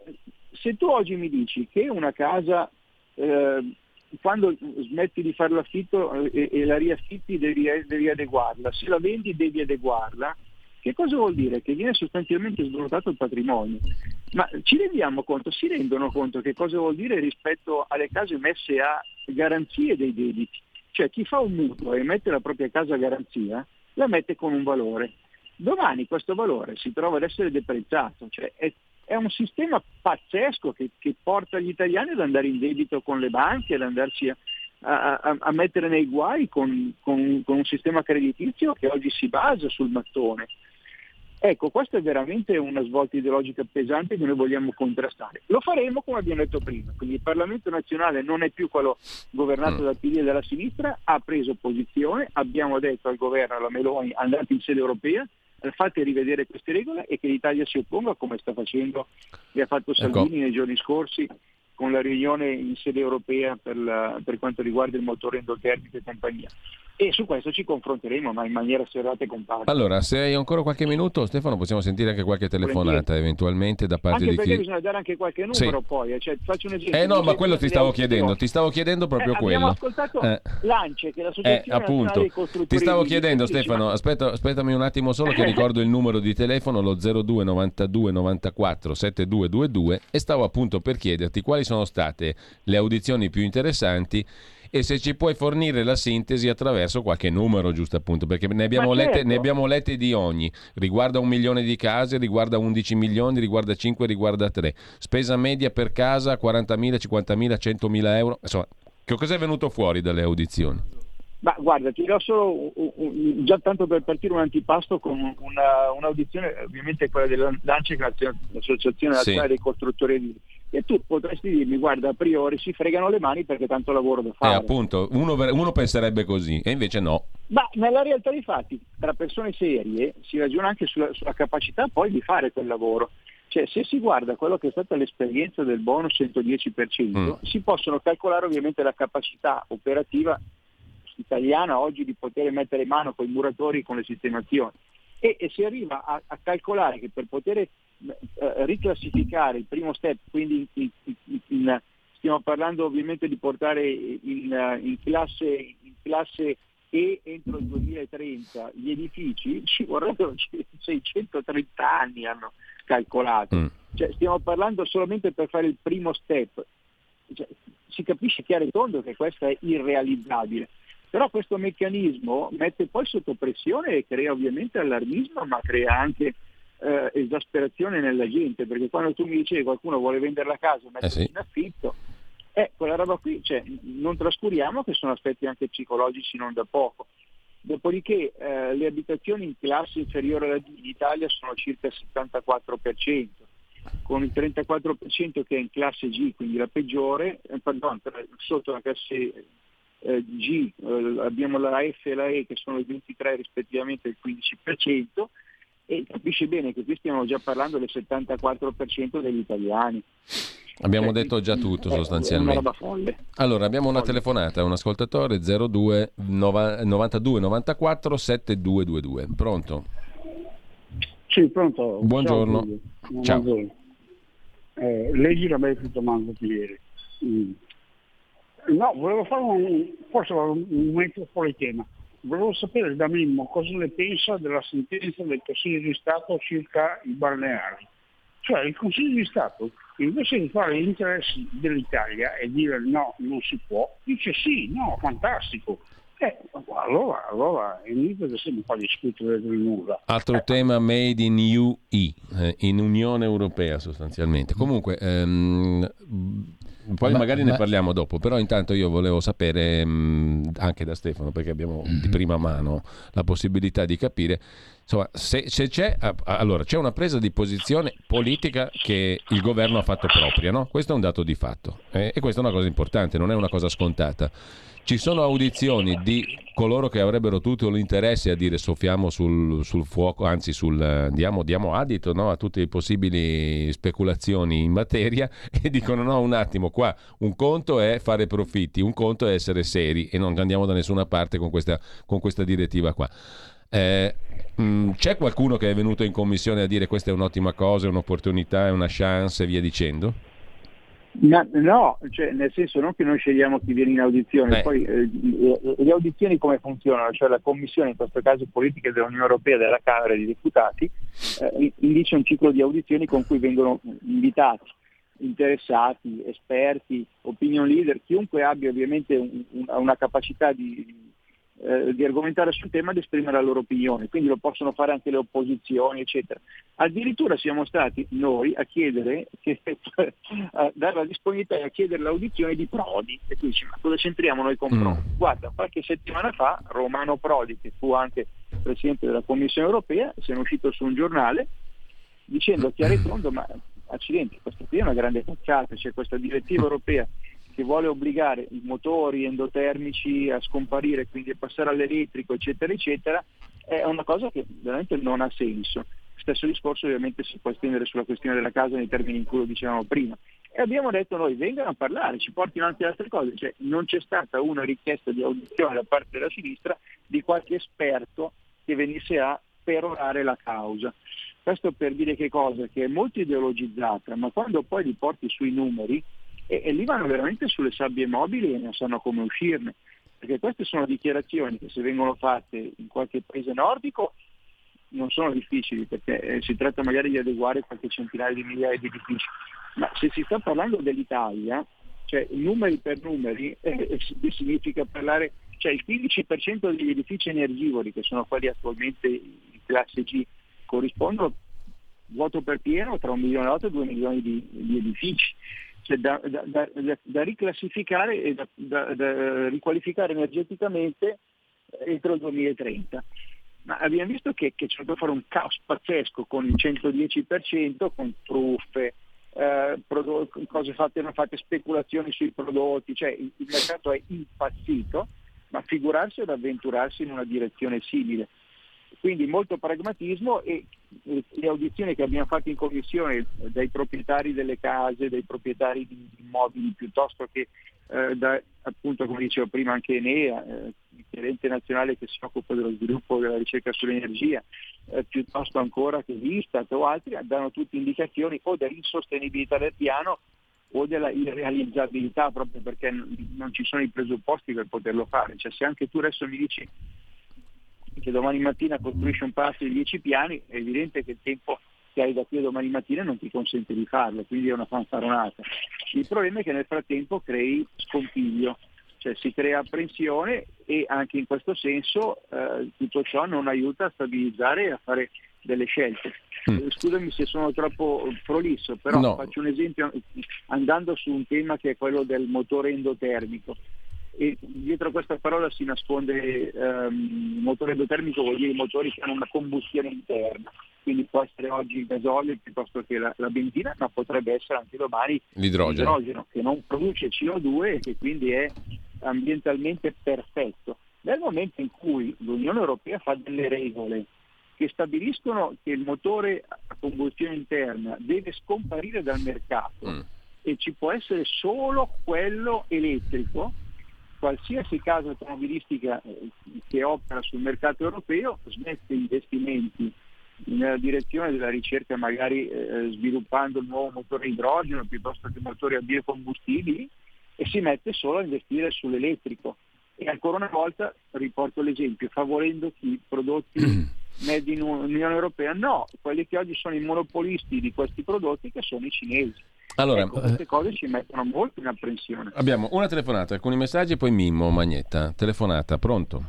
se tu oggi mi dici che una casa eh, quando smetti di fare l'affitto e, e la riaffitti devi, devi adeguarla, se la vendi devi adeguarla, che cosa vuol dire? Che viene sostanzialmente svalutato il patrimonio. Ma ci rendiamo conto, si rendono conto che cosa vuol dire rispetto alle case messe a garanzie dei debiti? Cioè chi fa un mutuo e mette la propria casa a garanzia, la mette con un valore. Domani questo valore si trova ad essere deprezzato. Cioè è, è un sistema pazzesco che, che porta gli italiani ad andare in debito con le banche, ad andarci a, a, a mettere nei guai con, con, con un sistema creditizio che oggi si basa sul mattone. Ecco, questa è veramente una svolta ideologica pesante che noi vogliamo contrastare. Lo faremo come abbiamo detto prima, quindi il Parlamento nazionale non è più quello governato dal P D e dalla sinistra, ha preso posizione, abbiamo detto al governo, alla Meloni, andate in sede europea, fate rivedere queste regole e che l'Italia si opponga come sta facendo e ha fatto Salvini ecco. nei giorni scorsi con la riunione in sede europea per, la, per quanto riguarda il motore endotermico e compagnia. E su questo ci confronteremo, ma in maniera serrata e compatta. Allora, se hai ancora qualche minuto, Stefano, possiamo sentire anche qualche telefonata eventualmente da parte anche di chi... Anche perché bisogna dare anche qualche numero, sì. poi. Cioè, faccio un esempio. Eh no, ma quello ti stavo chiedendo, ti stavo chiedendo proprio eh, quello. Abbiamo ascoltato eh. l'ANCE, che è l'Associazione eh, appunto. dei Costruttori. Ti stavo edilizi. chiedendo, Stefano, aspetta, aspettami un attimo solo che ricordo il numero di telefono, lo zero due novantadue novantaquattro settantadue ventidue, e stavo appunto per chiederti quali sono state le audizioni più interessanti e se ci puoi fornire la sintesi attraverso qualche numero, giusto appunto, perché ne abbiamo, certo. lette, ne abbiamo lette di ogni, riguarda un milione di case, riguarda undici milioni, riguarda cinque, riguarda tre, spesa media per casa quarantamila, cinquantamila, centomila euro, insomma, che cosa è venuto fuori dalle audizioni? Ma guarda, ti do solo un, un, già tanto per partire un antipasto con una, un'audizione, ovviamente quella dell'ANCE, l'Associazione Nazionale sì. dei Costruttori Edilizi, e tu potresti dirmi: guarda, a priori si fregano le mani perché tanto lavoro da fare. Eh, appunto, uno, uno penserebbe così, e invece no. Ma nella realtà dei fatti, tra persone serie, si ragiona anche sulla, sulla capacità poi di fare quel lavoro. Cioè, se si guarda quello che è stata l'esperienza del bonus centodieci per cento, mm. si possono calcolare ovviamente la capacità operativa italiana oggi di poter mettere mano con i muratori, con le sistemazioni, e, e si arriva a, a calcolare che per poter eh, riclassificare il primo step, quindi in, in, in, stiamo parlando ovviamente di portare in, in classe in classe E entro il duemilatrenta gli edifici, ci vorrebbero seicentotrenta anni, hanno calcolato. Mm. Cioè, stiamo parlando solamente per fare il primo step. Cioè, si capisce chiaro e tondo che questo è irrealizzabile. Però questo meccanismo mette poi sotto pressione e crea ovviamente allarmismo, ma crea anche eh, esasperazione nella gente, perché quando tu mi dicevi qualcuno vuole vendere la casa e mettersi Eh sì. in affitto, eh, quella roba qui, cioè, non trascuriamo che sono aspetti anche psicologici non da poco. Dopodiché eh, le abitazioni in classe inferiore alla D in Italia sono circa il settantaquattro per cento, con il trentaquattro per cento che è in classe G, quindi la peggiore, eh, pardon, sotto la classe eh, G eh, abbiamo la F e la E che sono il ventitré rispettivamente e il quindici per cento, e capisci bene che qui stiamo già parlando del settantaquattro per cento degli italiani. Abbiamo Cioè, detto già tutto è una sostanzialmente. roba folle. Allora, abbiamo una telefonata, un ascoltatore zero due novantadue novantaquattro settantadue. Pronto? Sì, pronto. Buongiorno. Ciao. Ciao. Buongiorno. Eh, leggi la Betty Tommaso ieri. Mm. No, volevo fare un, forse un, un momento fuori tema. Volevo sapere da Mimmo cosa ne pensa della sentenza del Consiglio di Stato circa i balneari. Cioè il Consiglio di Stato, invece di fare gli interessi dell'Italia e dire no, non si può, dice sì, no, fantastico. Eh, allora, allora è inutile che se ne fa discutere del nulla. Altro tema made in U E, eh, in Unione Europea sostanzialmente. Comunque, ehm, poi Ma- magari ma- ne parliamo dopo, però intanto io volevo sapere mh, anche da Stefano, perché abbiamo di prima mano la possibilità di capire, insomma, se, se c'è, ah, allora, c'è una presa di posizione politica che il governo ha fatto propria, no? Questo è un dato di fatto, eh, e questa è una cosa importante, non è una cosa scontata. Ci sono audizioni di coloro che avrebbero tutto l'interesse a dire soffiamo sul, sul fuoco, anzi sul, eh, diamo, diamo adito, no, a tutte le possibili speculazioni in materia, e dicono no, un attimo, qua un conto è fare profitti, un conto è essere seri, e non andiamo da nessuna parte con questa, con questa direttiva qua. Eh, mh, c'è qualcuno che è venuto in commissione a dire questa è un'ottima cosa, è un'opportunità, è una chance e via dicendo? No, no, cioè nel senso non che noi scegliamo chi viene in audizione, Eh. poi eh, le audizioni come funzionano? Cioè la commissione, in questo caso politica dell'Unione Europea, della Camera dei Deputati, eh, indice un ciclo di audizioni con cui vengono invitati interessati, esperti, opinion leader, chiunque abbia ovviamente un, un, una capacità di, eh, di argomentare sul tema, di esprimere la loro opinione, quindi lo possono fare anche le opposizioni, eccetera. Addirittura siamo stati noi a chiedere, che, a dare la disponibilità a chiedere l'audizione di Prodi, e tu dici ma cosa c'entriamo noi con Prodi? Mm. Guarda, qualche settimana fa Romano Prodi, che fu anche Presidente della Commissione Europea, se ne è uscito su un giornale dicendo chiaro e tondo, ma accidenti, questa qui è una grande cazzata, c'è questa direttiva europea che vuole obbligare i motori endotermici a scomparire, quindi a passare all'elettrico, eccetera, eccetera, è una cosa che veramente non ha senso. Stesso discorso ovviamente si può estendere sulla questione della casa nei termini in cui lo dicevamo prima. E abbiamo detto noi, vengano a parlare, ci portino anche altre cose, cioè non c'è stata una richiesta di audizione da parte della sinistra di qualche esperto che venisse a perorare la causa. Questo per dire che cosa? Che è molto ideologizzata, ma quando poi li porti sui numeri, e, e lì vanno veramente sulle sabbie mobili e non sanno come uscirne, perché queste sono dichiarazioni che se vengono fatte in qualche paese nordico non sono difficili, perché eh, si tratta magari di adeguare qualche centinaio di migliaia di edifici, ma se si sta parlando dell'Italia, cioè numeri per numeri, eh, significa parlare, cioè il quindici per cento degli edifici energivori, che sono quelli attualmente in classe G, corrispondono vuoto per pieno tra un milione e otto e due milioni di, di edifici, cioè da, da, da, da riclassificare e da, da, da riqualificare energeticamente entro il duemilatrenta. Ma abbiamo visto che, che c'è da fare un caos pazzesco con il centodieci per cento, con truffe, eh, prodotti, cose fatte e non fatte, speculazioni sui prodotti, cioè il, il mercato è impazzito, ma figurarsi ad avventurarsi in una direzione simile. Quindi molto pragmatismo, e le audizioni che abbiamo fatto in commissione dai proprietari delle case, dai proprietari di immobili, piuttosto che eh, da, appunto, come dicevo prima, anche Enea, eh, il ente nazionale che si occupa dello sviluppo e della ricerca sull'energia, eh, piuttosto ancora che l'Istat o altri, danno tutte indicazioni o dell'insostenibilità del piano o della irrealizzabilità, proprio perché non ci sono i presupposti per poterlo fare. Cioè, se anche tu adesso mi dici che domani mattina costruisci un palazzo di dieci piani, è evidente che il tempo che hai da qui a domani mattina non ti consente di farlo, quindi è una fanfaronata. Il problema è che nel frattempo crei scompiglio, cioè si crea apprensione, e anche in questo senso eh, tutto ciò non aiuta a stabilizzare e a fare delle scelte. Mm. Scusami se sono troppo prolisso, però No. faccio un esempio andando su un tema che è quello del motore endotermico. E dietro a questa parola si nasconde um, motore endotermico, vuol dire i motori che hanno una combustione interna, quindi può essere oggi il gasolio piuttosto che la, la benzina, ma potrebbe essere anche domani L'idrogeno. l'idrogeno, che non produce C O due e che quindi è ambientalmente perfetto. Nel momento in cui l'Unione Europea fa delle regole che stabiliscono che il motore a combustione interna deve scomparire dal mercato Mm. e ci può essere solo quello elettrico, qualsiasi casa automobilistica eh, che opera sul mercato europeo smette investimenti nella direzione della ricerca, magari eh, sviluppando il nuovo motore idrogeno piuttosto che motori a biocombustibili, e si mette solo a investire sull'elettrico. E ancora una volta riporto l'esempio, favorendo chi prodotti made in Unione Europea? No, quelli che oggi sono i monopolisti di questi prodotti, che sono i cinesi. Allora, Ecco, queste cose ci mettono molto in apprensione. abbiamo una telefonata, alcuni messaggi e poi Mimmo Magnetta. Telefonata, pronto?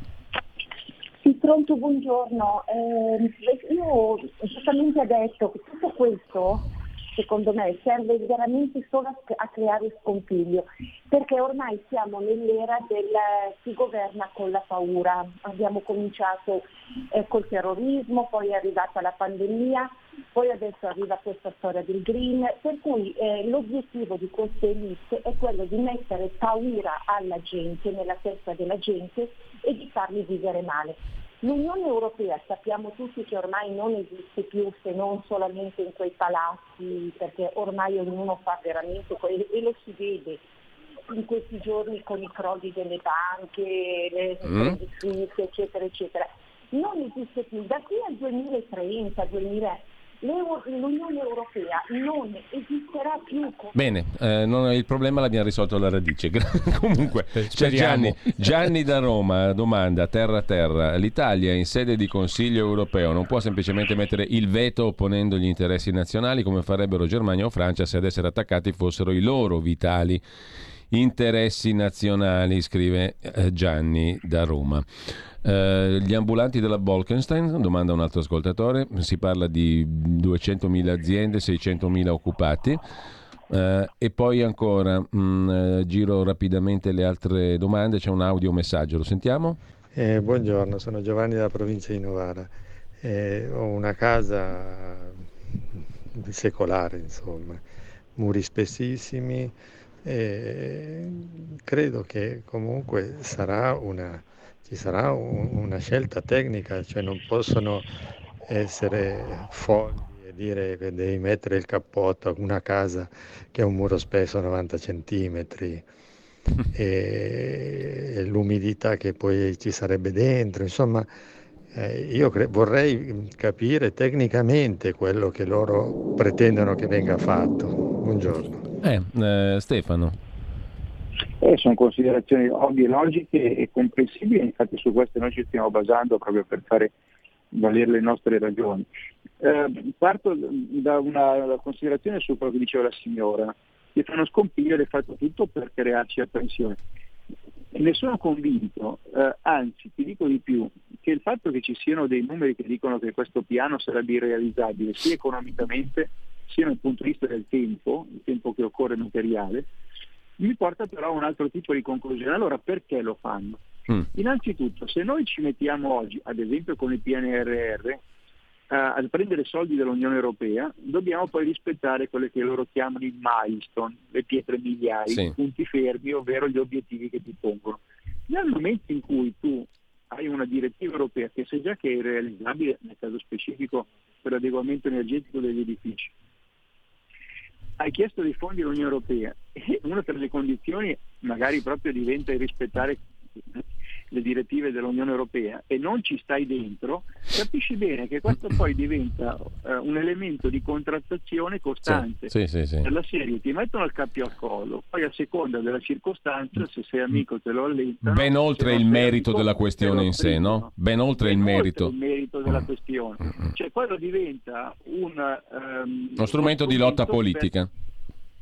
Sì, pronto, buongiorno. Eh, io giustamente ho detto che tutto questo, secondo me, serve veramente solo a, a creare scompiglio, perché ormai siamo nell'era del si governa con la paura. Abbiamo cominciato eh, col terrorismo, poi è arrivata la pandemia, poi adesso arriva questa storia del green, per cui eh, l'obiettivo di queste elite è quello di mettere paura alla gente, nella testa della gente, e di farli vivere male. L'Unione Europea sappiamo tutti che ormai non esiste più, se non solamente in quei palazzi, perché ormai ognuno fa veramente quello, e lo si vede in questi giorni con i crolli delle banche, le Mm. Credit Suisse, eccetera, eccetera. Non esiste più. Da qui al duemilatrenta, duemila, l'Euro- l'Unione Europea non esisterà più. Come... Bene, eh, non- il problema l'abbiamo risolto alla radice. Comunque, c'è Speriamo. Gianni, Gianni da Roma, domanda terra a terra. L'Italia in sede di Consiglio europeo non può semplicemente mettere il veto opponendo gli interessi nazionali come farebbero Germania o Francia se ad essere attaccati fossero i loro vitali interessi nazionali, scrive eh, Gianni da Roma. Eh, gli ambulanti della Bolkenstein, domanda un altro ascoltatore, si parla di duecentomila aziende, seicentomila occupati. Eh, e poi ancora mh, eh, giro rapidamente le altre domande, c'è un audio messaggio, lo sentiamo? Eh, buongiorno, sono Giovanni dalla provincia di Novara. Eh, ho una casa secolare, insomma, muri spessissimi. E credo che comunque sarà una, ci sarà un- una scelta tecnica, cioè non possono essere folli e dire che devi mettere il cappotto a una casa che ha un muro spesso novanta centimetri e, e l'umidità che poi ci sarebbe dentro, insomma. Eh, io cre- vorrei capire tecnicamente quello che loro pretendono che venga fatto. Buongiorno. Eh, eh, Stefano. Eh, sono considerazioni ovvie, logiche e comprensibili, infatti su queste noi ci stiamo basando proprio per fare valere le nostre ragioni. Eh, parto da una, una considerazione su quello che diceva la signora, che fanno scompiglio ed è fatto tutto per crearci apprensione. E ne sono convinto, eh, anzi ti dico di più, che il fatto che ci siano dei numeri che dicono che questo piano sarebbe irrealizzabile sia economicamente sia dal punto di vista del tempo, il tempo che occorre materiale, mi porta però a un altro tipo di conclusione. Allora perché lo fanno? Mm. Innanzitutto, se noi ci mettiamo oggi, ad esempio con il P N R R, Uh, a prendere soldi dall'Unione Europea, dobbiamo poi rispettare quelle che loro chiamano i milestone, le pietre miliari, Sì. i punti fermi, ovvero gli obiettivi che ti pongono. Nel momento in cui tu hai una direttiva europea che sai già che è irrealizzabile, nel caso specifico per l'adeguamento energetico degli edifici, hai chiesto dei fondi all'Unione Europea e una delle condizioni magari proprio diventa il rispettare le direttive dell'Unione Europea e non ci stai dentro, capisci bene che questo poi diventa eh, un elemento di contrattazione costante. Sì, sì, sì. Per la serie ti mettono il cappio al collo, poi a seconda della circostanza, se sei amico te lo allentano. Ben oltre se non il sei merito amico, della te lo questione in sé, no? stringono. Ben oltre il Ben oltre merito. il merito della Mm. questione. Mm. Cioè quello diventa un, ehm, Uno strumento di uno lotta strumento per- politica.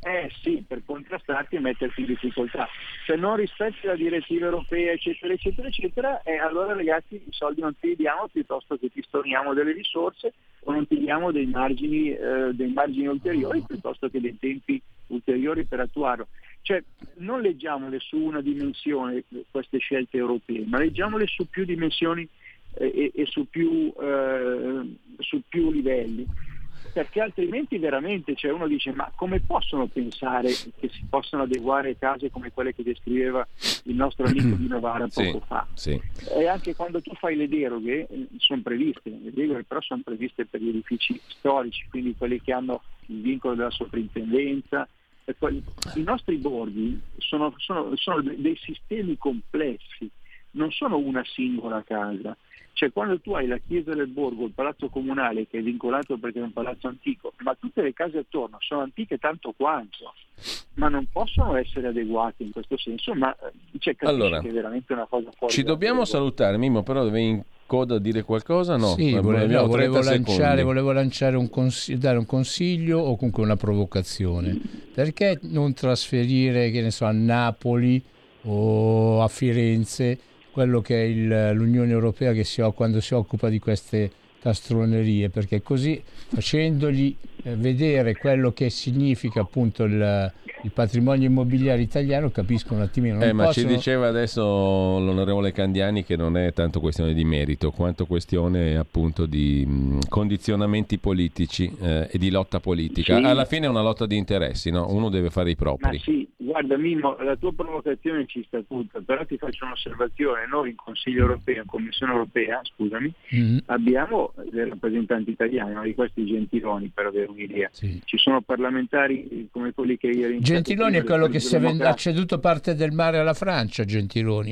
Eh sì, per contrastarti e metterti in difficoltà. Se non rispetti la direttiva europea, eccetera, eccetera, eccetera, e allora ragazzi i soldi non ti li diamo, piuttosto che ti storniamo delle risorse o non ti diamo dei margini, eh, dei margini ulteriori, piuttosto che dei tempi ulteriori per attuarlo. Cioè non leggiamole su una dimensione queste scelte europee, ma leggiamole su più dimensioni e, e su, più, eh, su più livelli, perché altrimenti veramente cioè uno dice ma come possono pensare che si possano adeguare case come quelle che descriveva il nostro amico di Novara poco sì, fa. Sì. E anche quando tu fai le deroghe, eh, sono previste, le deroghe però sono previste per gli edifici storici, quindi quelli che hanno il vincolo della soprintendenza. E poi, i nostri borghi sono, sono, sono dei sistemi complessi, non sono una singola casa. Cioè quando tu hai la chiesa del borgo, il palazzo comunale che è vincolato perché è un palazzo antico, ma tutte le case attorno sono antiche tanto quanto, ma non possono essere adeguate in questo senso, ma cioè, capisci Allora, che è veramente una cosa fuori. Ci dobbiamo salutare, Mimmo, però devi in coda a dire qualcosa? No, sì, volevo, no, volevo, lanciare, secondi. volevo lanciare un consiglio, dare un consiglio o comunque una provocazione. Perché non trasferire, che ne so, a Napoli o a Firenze quello che è il, l'Unione Europea che si, quando si occupa di queste castronerie, perché così facendogli eh, vedere quello che significa appunto il, il patrimonio immobiliare italiano capiscono un attimino. Non Eh, ma possono... ci diceva adesso l'onorevole Candiani che non è tanto questione di merito quanto questione appunto di mh, condizionamenti politici eh, e di lotta politica. Sì. Alla fine è una lotta di interessi, no? Uno deve fare i propri. Ma sì, guarda Mimmo, la tua provocazione ci sta tutta, però ti faccio un'osservazione. Noi in Consiglio europeo, in Commissione europea, scusami, mm-hmm. abbiamo dei rappresentanti italiani, uno di questi Gentiloni, per avere un'idea. Sì. Ci sono parlamentari come quelli che ieri... Gentiloni è quello che si è ha ceduto parte del mare alla Francia, Gentiloni.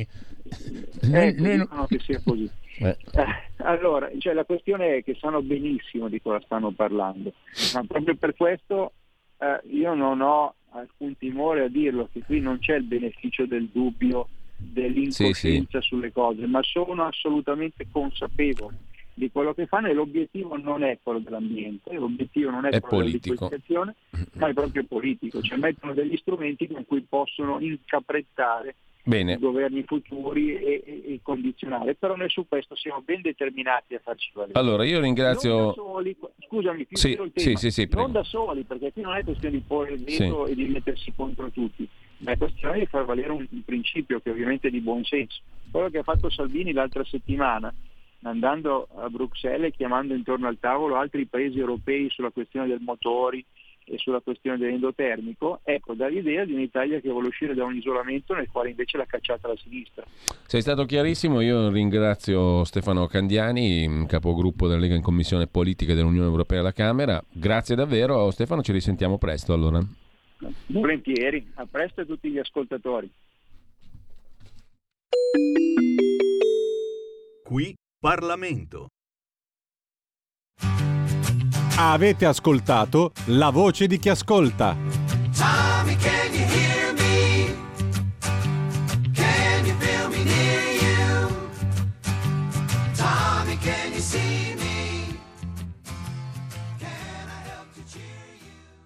Eh, noi dicono che sia così. Eh. Eh, allora, cioè, la questione è che sanno benissimo di cosa stanno parlando, ma proprio per questo eh, io non ho alcun timore a dirlo, che qui non c'è il beneficio del dubbio, dell'incoscienza sì, sì. sulle cose, ma sono assolutamente consapevoli di quello che fanno e l'obiettivo non è quello dell'ambiente, l'obiettivo non è, è quello politico. dell'edificazione, ma è proprio politico, cioè mettono degli strumenti con cui possono incaprettare Bene. i governi futuri e, e, e condizionare, però noi su questo siamo ben determinati a farci valere. Allora io ringrazio non da soli, scusami, sì, il tema, sì, sì, sì, non da soli, perché qui non è questione di porre il veto sì. e di mettersi contro tutti, ma è questione di far valere un, un principio che ovviamente è di buon senso. Quello che ha fatto Salvini l'altra settimana, andando a Bruxelles e chiamando intorno al tavolo altri paesi europei sulla questione del motori e sulla questione dell'endotermico, ecco, dà l'idea di un'Italia che vuole uscire da un isolamento nel quale invece l'ha cacciata la sinistra. Sei stato chiarissimo, io ringrazio Stefano Candiani, capogruppo della Lega in Commissione Politica dell'Unione Europea alla Camera. Grazie davvero Stefano, ci risentiamo presto allora. Volentieri, a presto a tutti gli ascoltatori. Qui Parlamento. Avete ascoltato La Voce di Chi Ascolta.